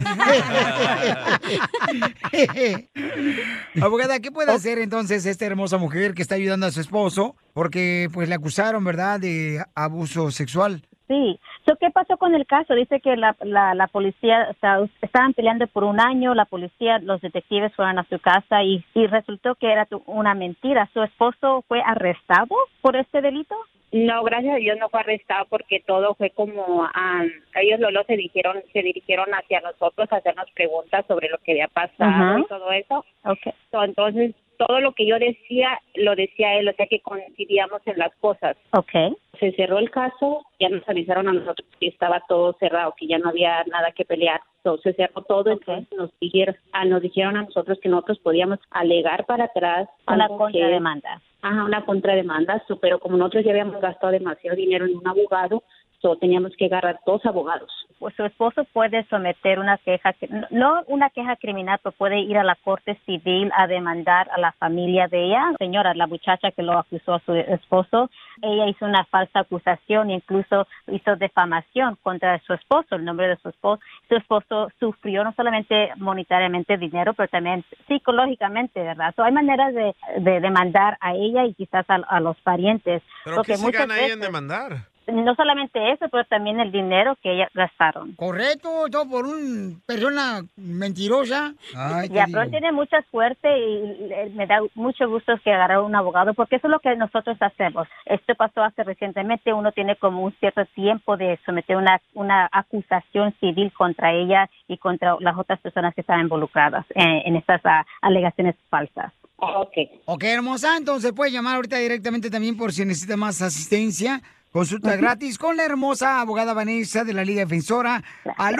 Abogada, ¿qué puede hacer entonces esta hermosa mujer que está ayudando a su esposo? Porque pues le acusaron, ¿verdad?, de abuso sexual. Sí. ¿Qué pasó con el caso? Dice que la policía, estaban peleando por un año, la policía, los detectives fueron a su casa y resultó que era una mentira. ¿Su esposo fue arrestado por este delito? No, gracias a Dios no fue arrestado porque todo fue como, ellos se dirigieron hacia nosotros a hacernos preguntas sobre lo que había pasado y todo eso. Okay. Entonces, todo lo que yo decía, lo decía él, o sea que coincidíamos en las cosas. Okay. Se cerró el caso, ya nos avisaron a nosotros que estaba todo cerrado, que ya no había nada que pelear. Se cerró todo, entonces nos dijeron a nosotros que nosotros podíamos alegar para atrás. Una contrademanda. Una contrademanda, pero como nosotros ya habíamos gastado demasiado dinero en un abogado, teníamos que agarrar 2 abogados. Pues su esposo puede someter una queja, no una queja criminal, pero puede ir a la corte civil a demandar a la familia de ella. Señora, la muchacha que lo acusó a su esposo, ella hizo una falsa acusación e incluso hizo defamación contra su esposo, el nombre de su esposo. Su esposo sufrió no solamente monetariamente dinero, pero también psicológicamente, ¿verdad? Hay maneras de demandar a ella y quizás a los parientes. ¿Pero qué se gana ella en demandar? No solamente eso, pero también el dinero que ellas gastaron. Correcto, todo por una persona mentirosa. Pero él tiene mucha suerte y me da mucho gusto que agarrar un abogado, porque eso es lo que nosotros hacemos. Esto pasó hace recientemente, uno tiene como un cierto tiempo de someter una acusación civil contra ella y contra las otras personas que están involucradas en estas alegaciones falsas. Ok, hermosa, entonces puedes llamar ahorita directamente también por si necesita más asistencia. Consulta gratis con la hermosa abogada Vanessa de la Liga Defensora al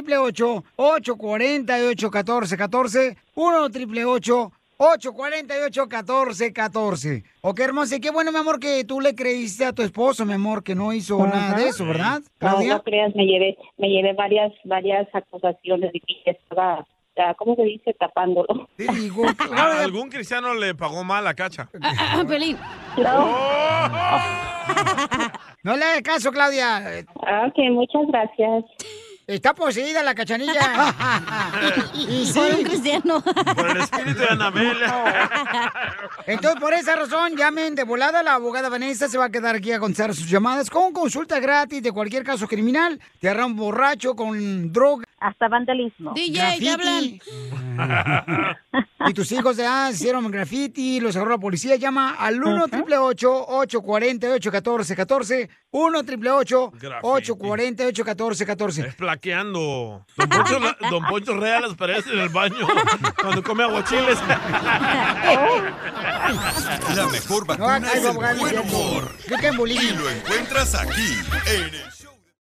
1-888-848-1414, 1-888-848-1414. Ok, hermosa, y qué bueno, mi amor, que tú le creíste a tu esposo, mi amor, que no hizo nada de eso, ¿verdad, Claudia? No creas, me llevé varias acusaciones y estaba, ¿cómo se dice? Tapándolo. Algún cristiano le pagó mal a Cacha. Pelín. No le hagas caso, Claudia. Ok, muchas gracias. Está poseída la Cachanilla. Y sí, un cristiano. Por el espíritu de Anabel. Entonces, por esa razón, llamen de volada. La abogada Vanessa se va a quedar aquí a contestar sus llamadas con consulta gratis de cualquier caso criminal. Te agarra un borracho con droga. Hasta vandalismo. DJ, ¿qué hablan? Y tus hijos hicieron graffiti, los agarró la policía. Llama al 1-888-848-1414. 1-888-848-1414. Es plaqueando. Don Poncho rea las paredes en el baño cuando come aguachiles. La mejor vacuna es el buen humor. Y lo encuentras aquí, en el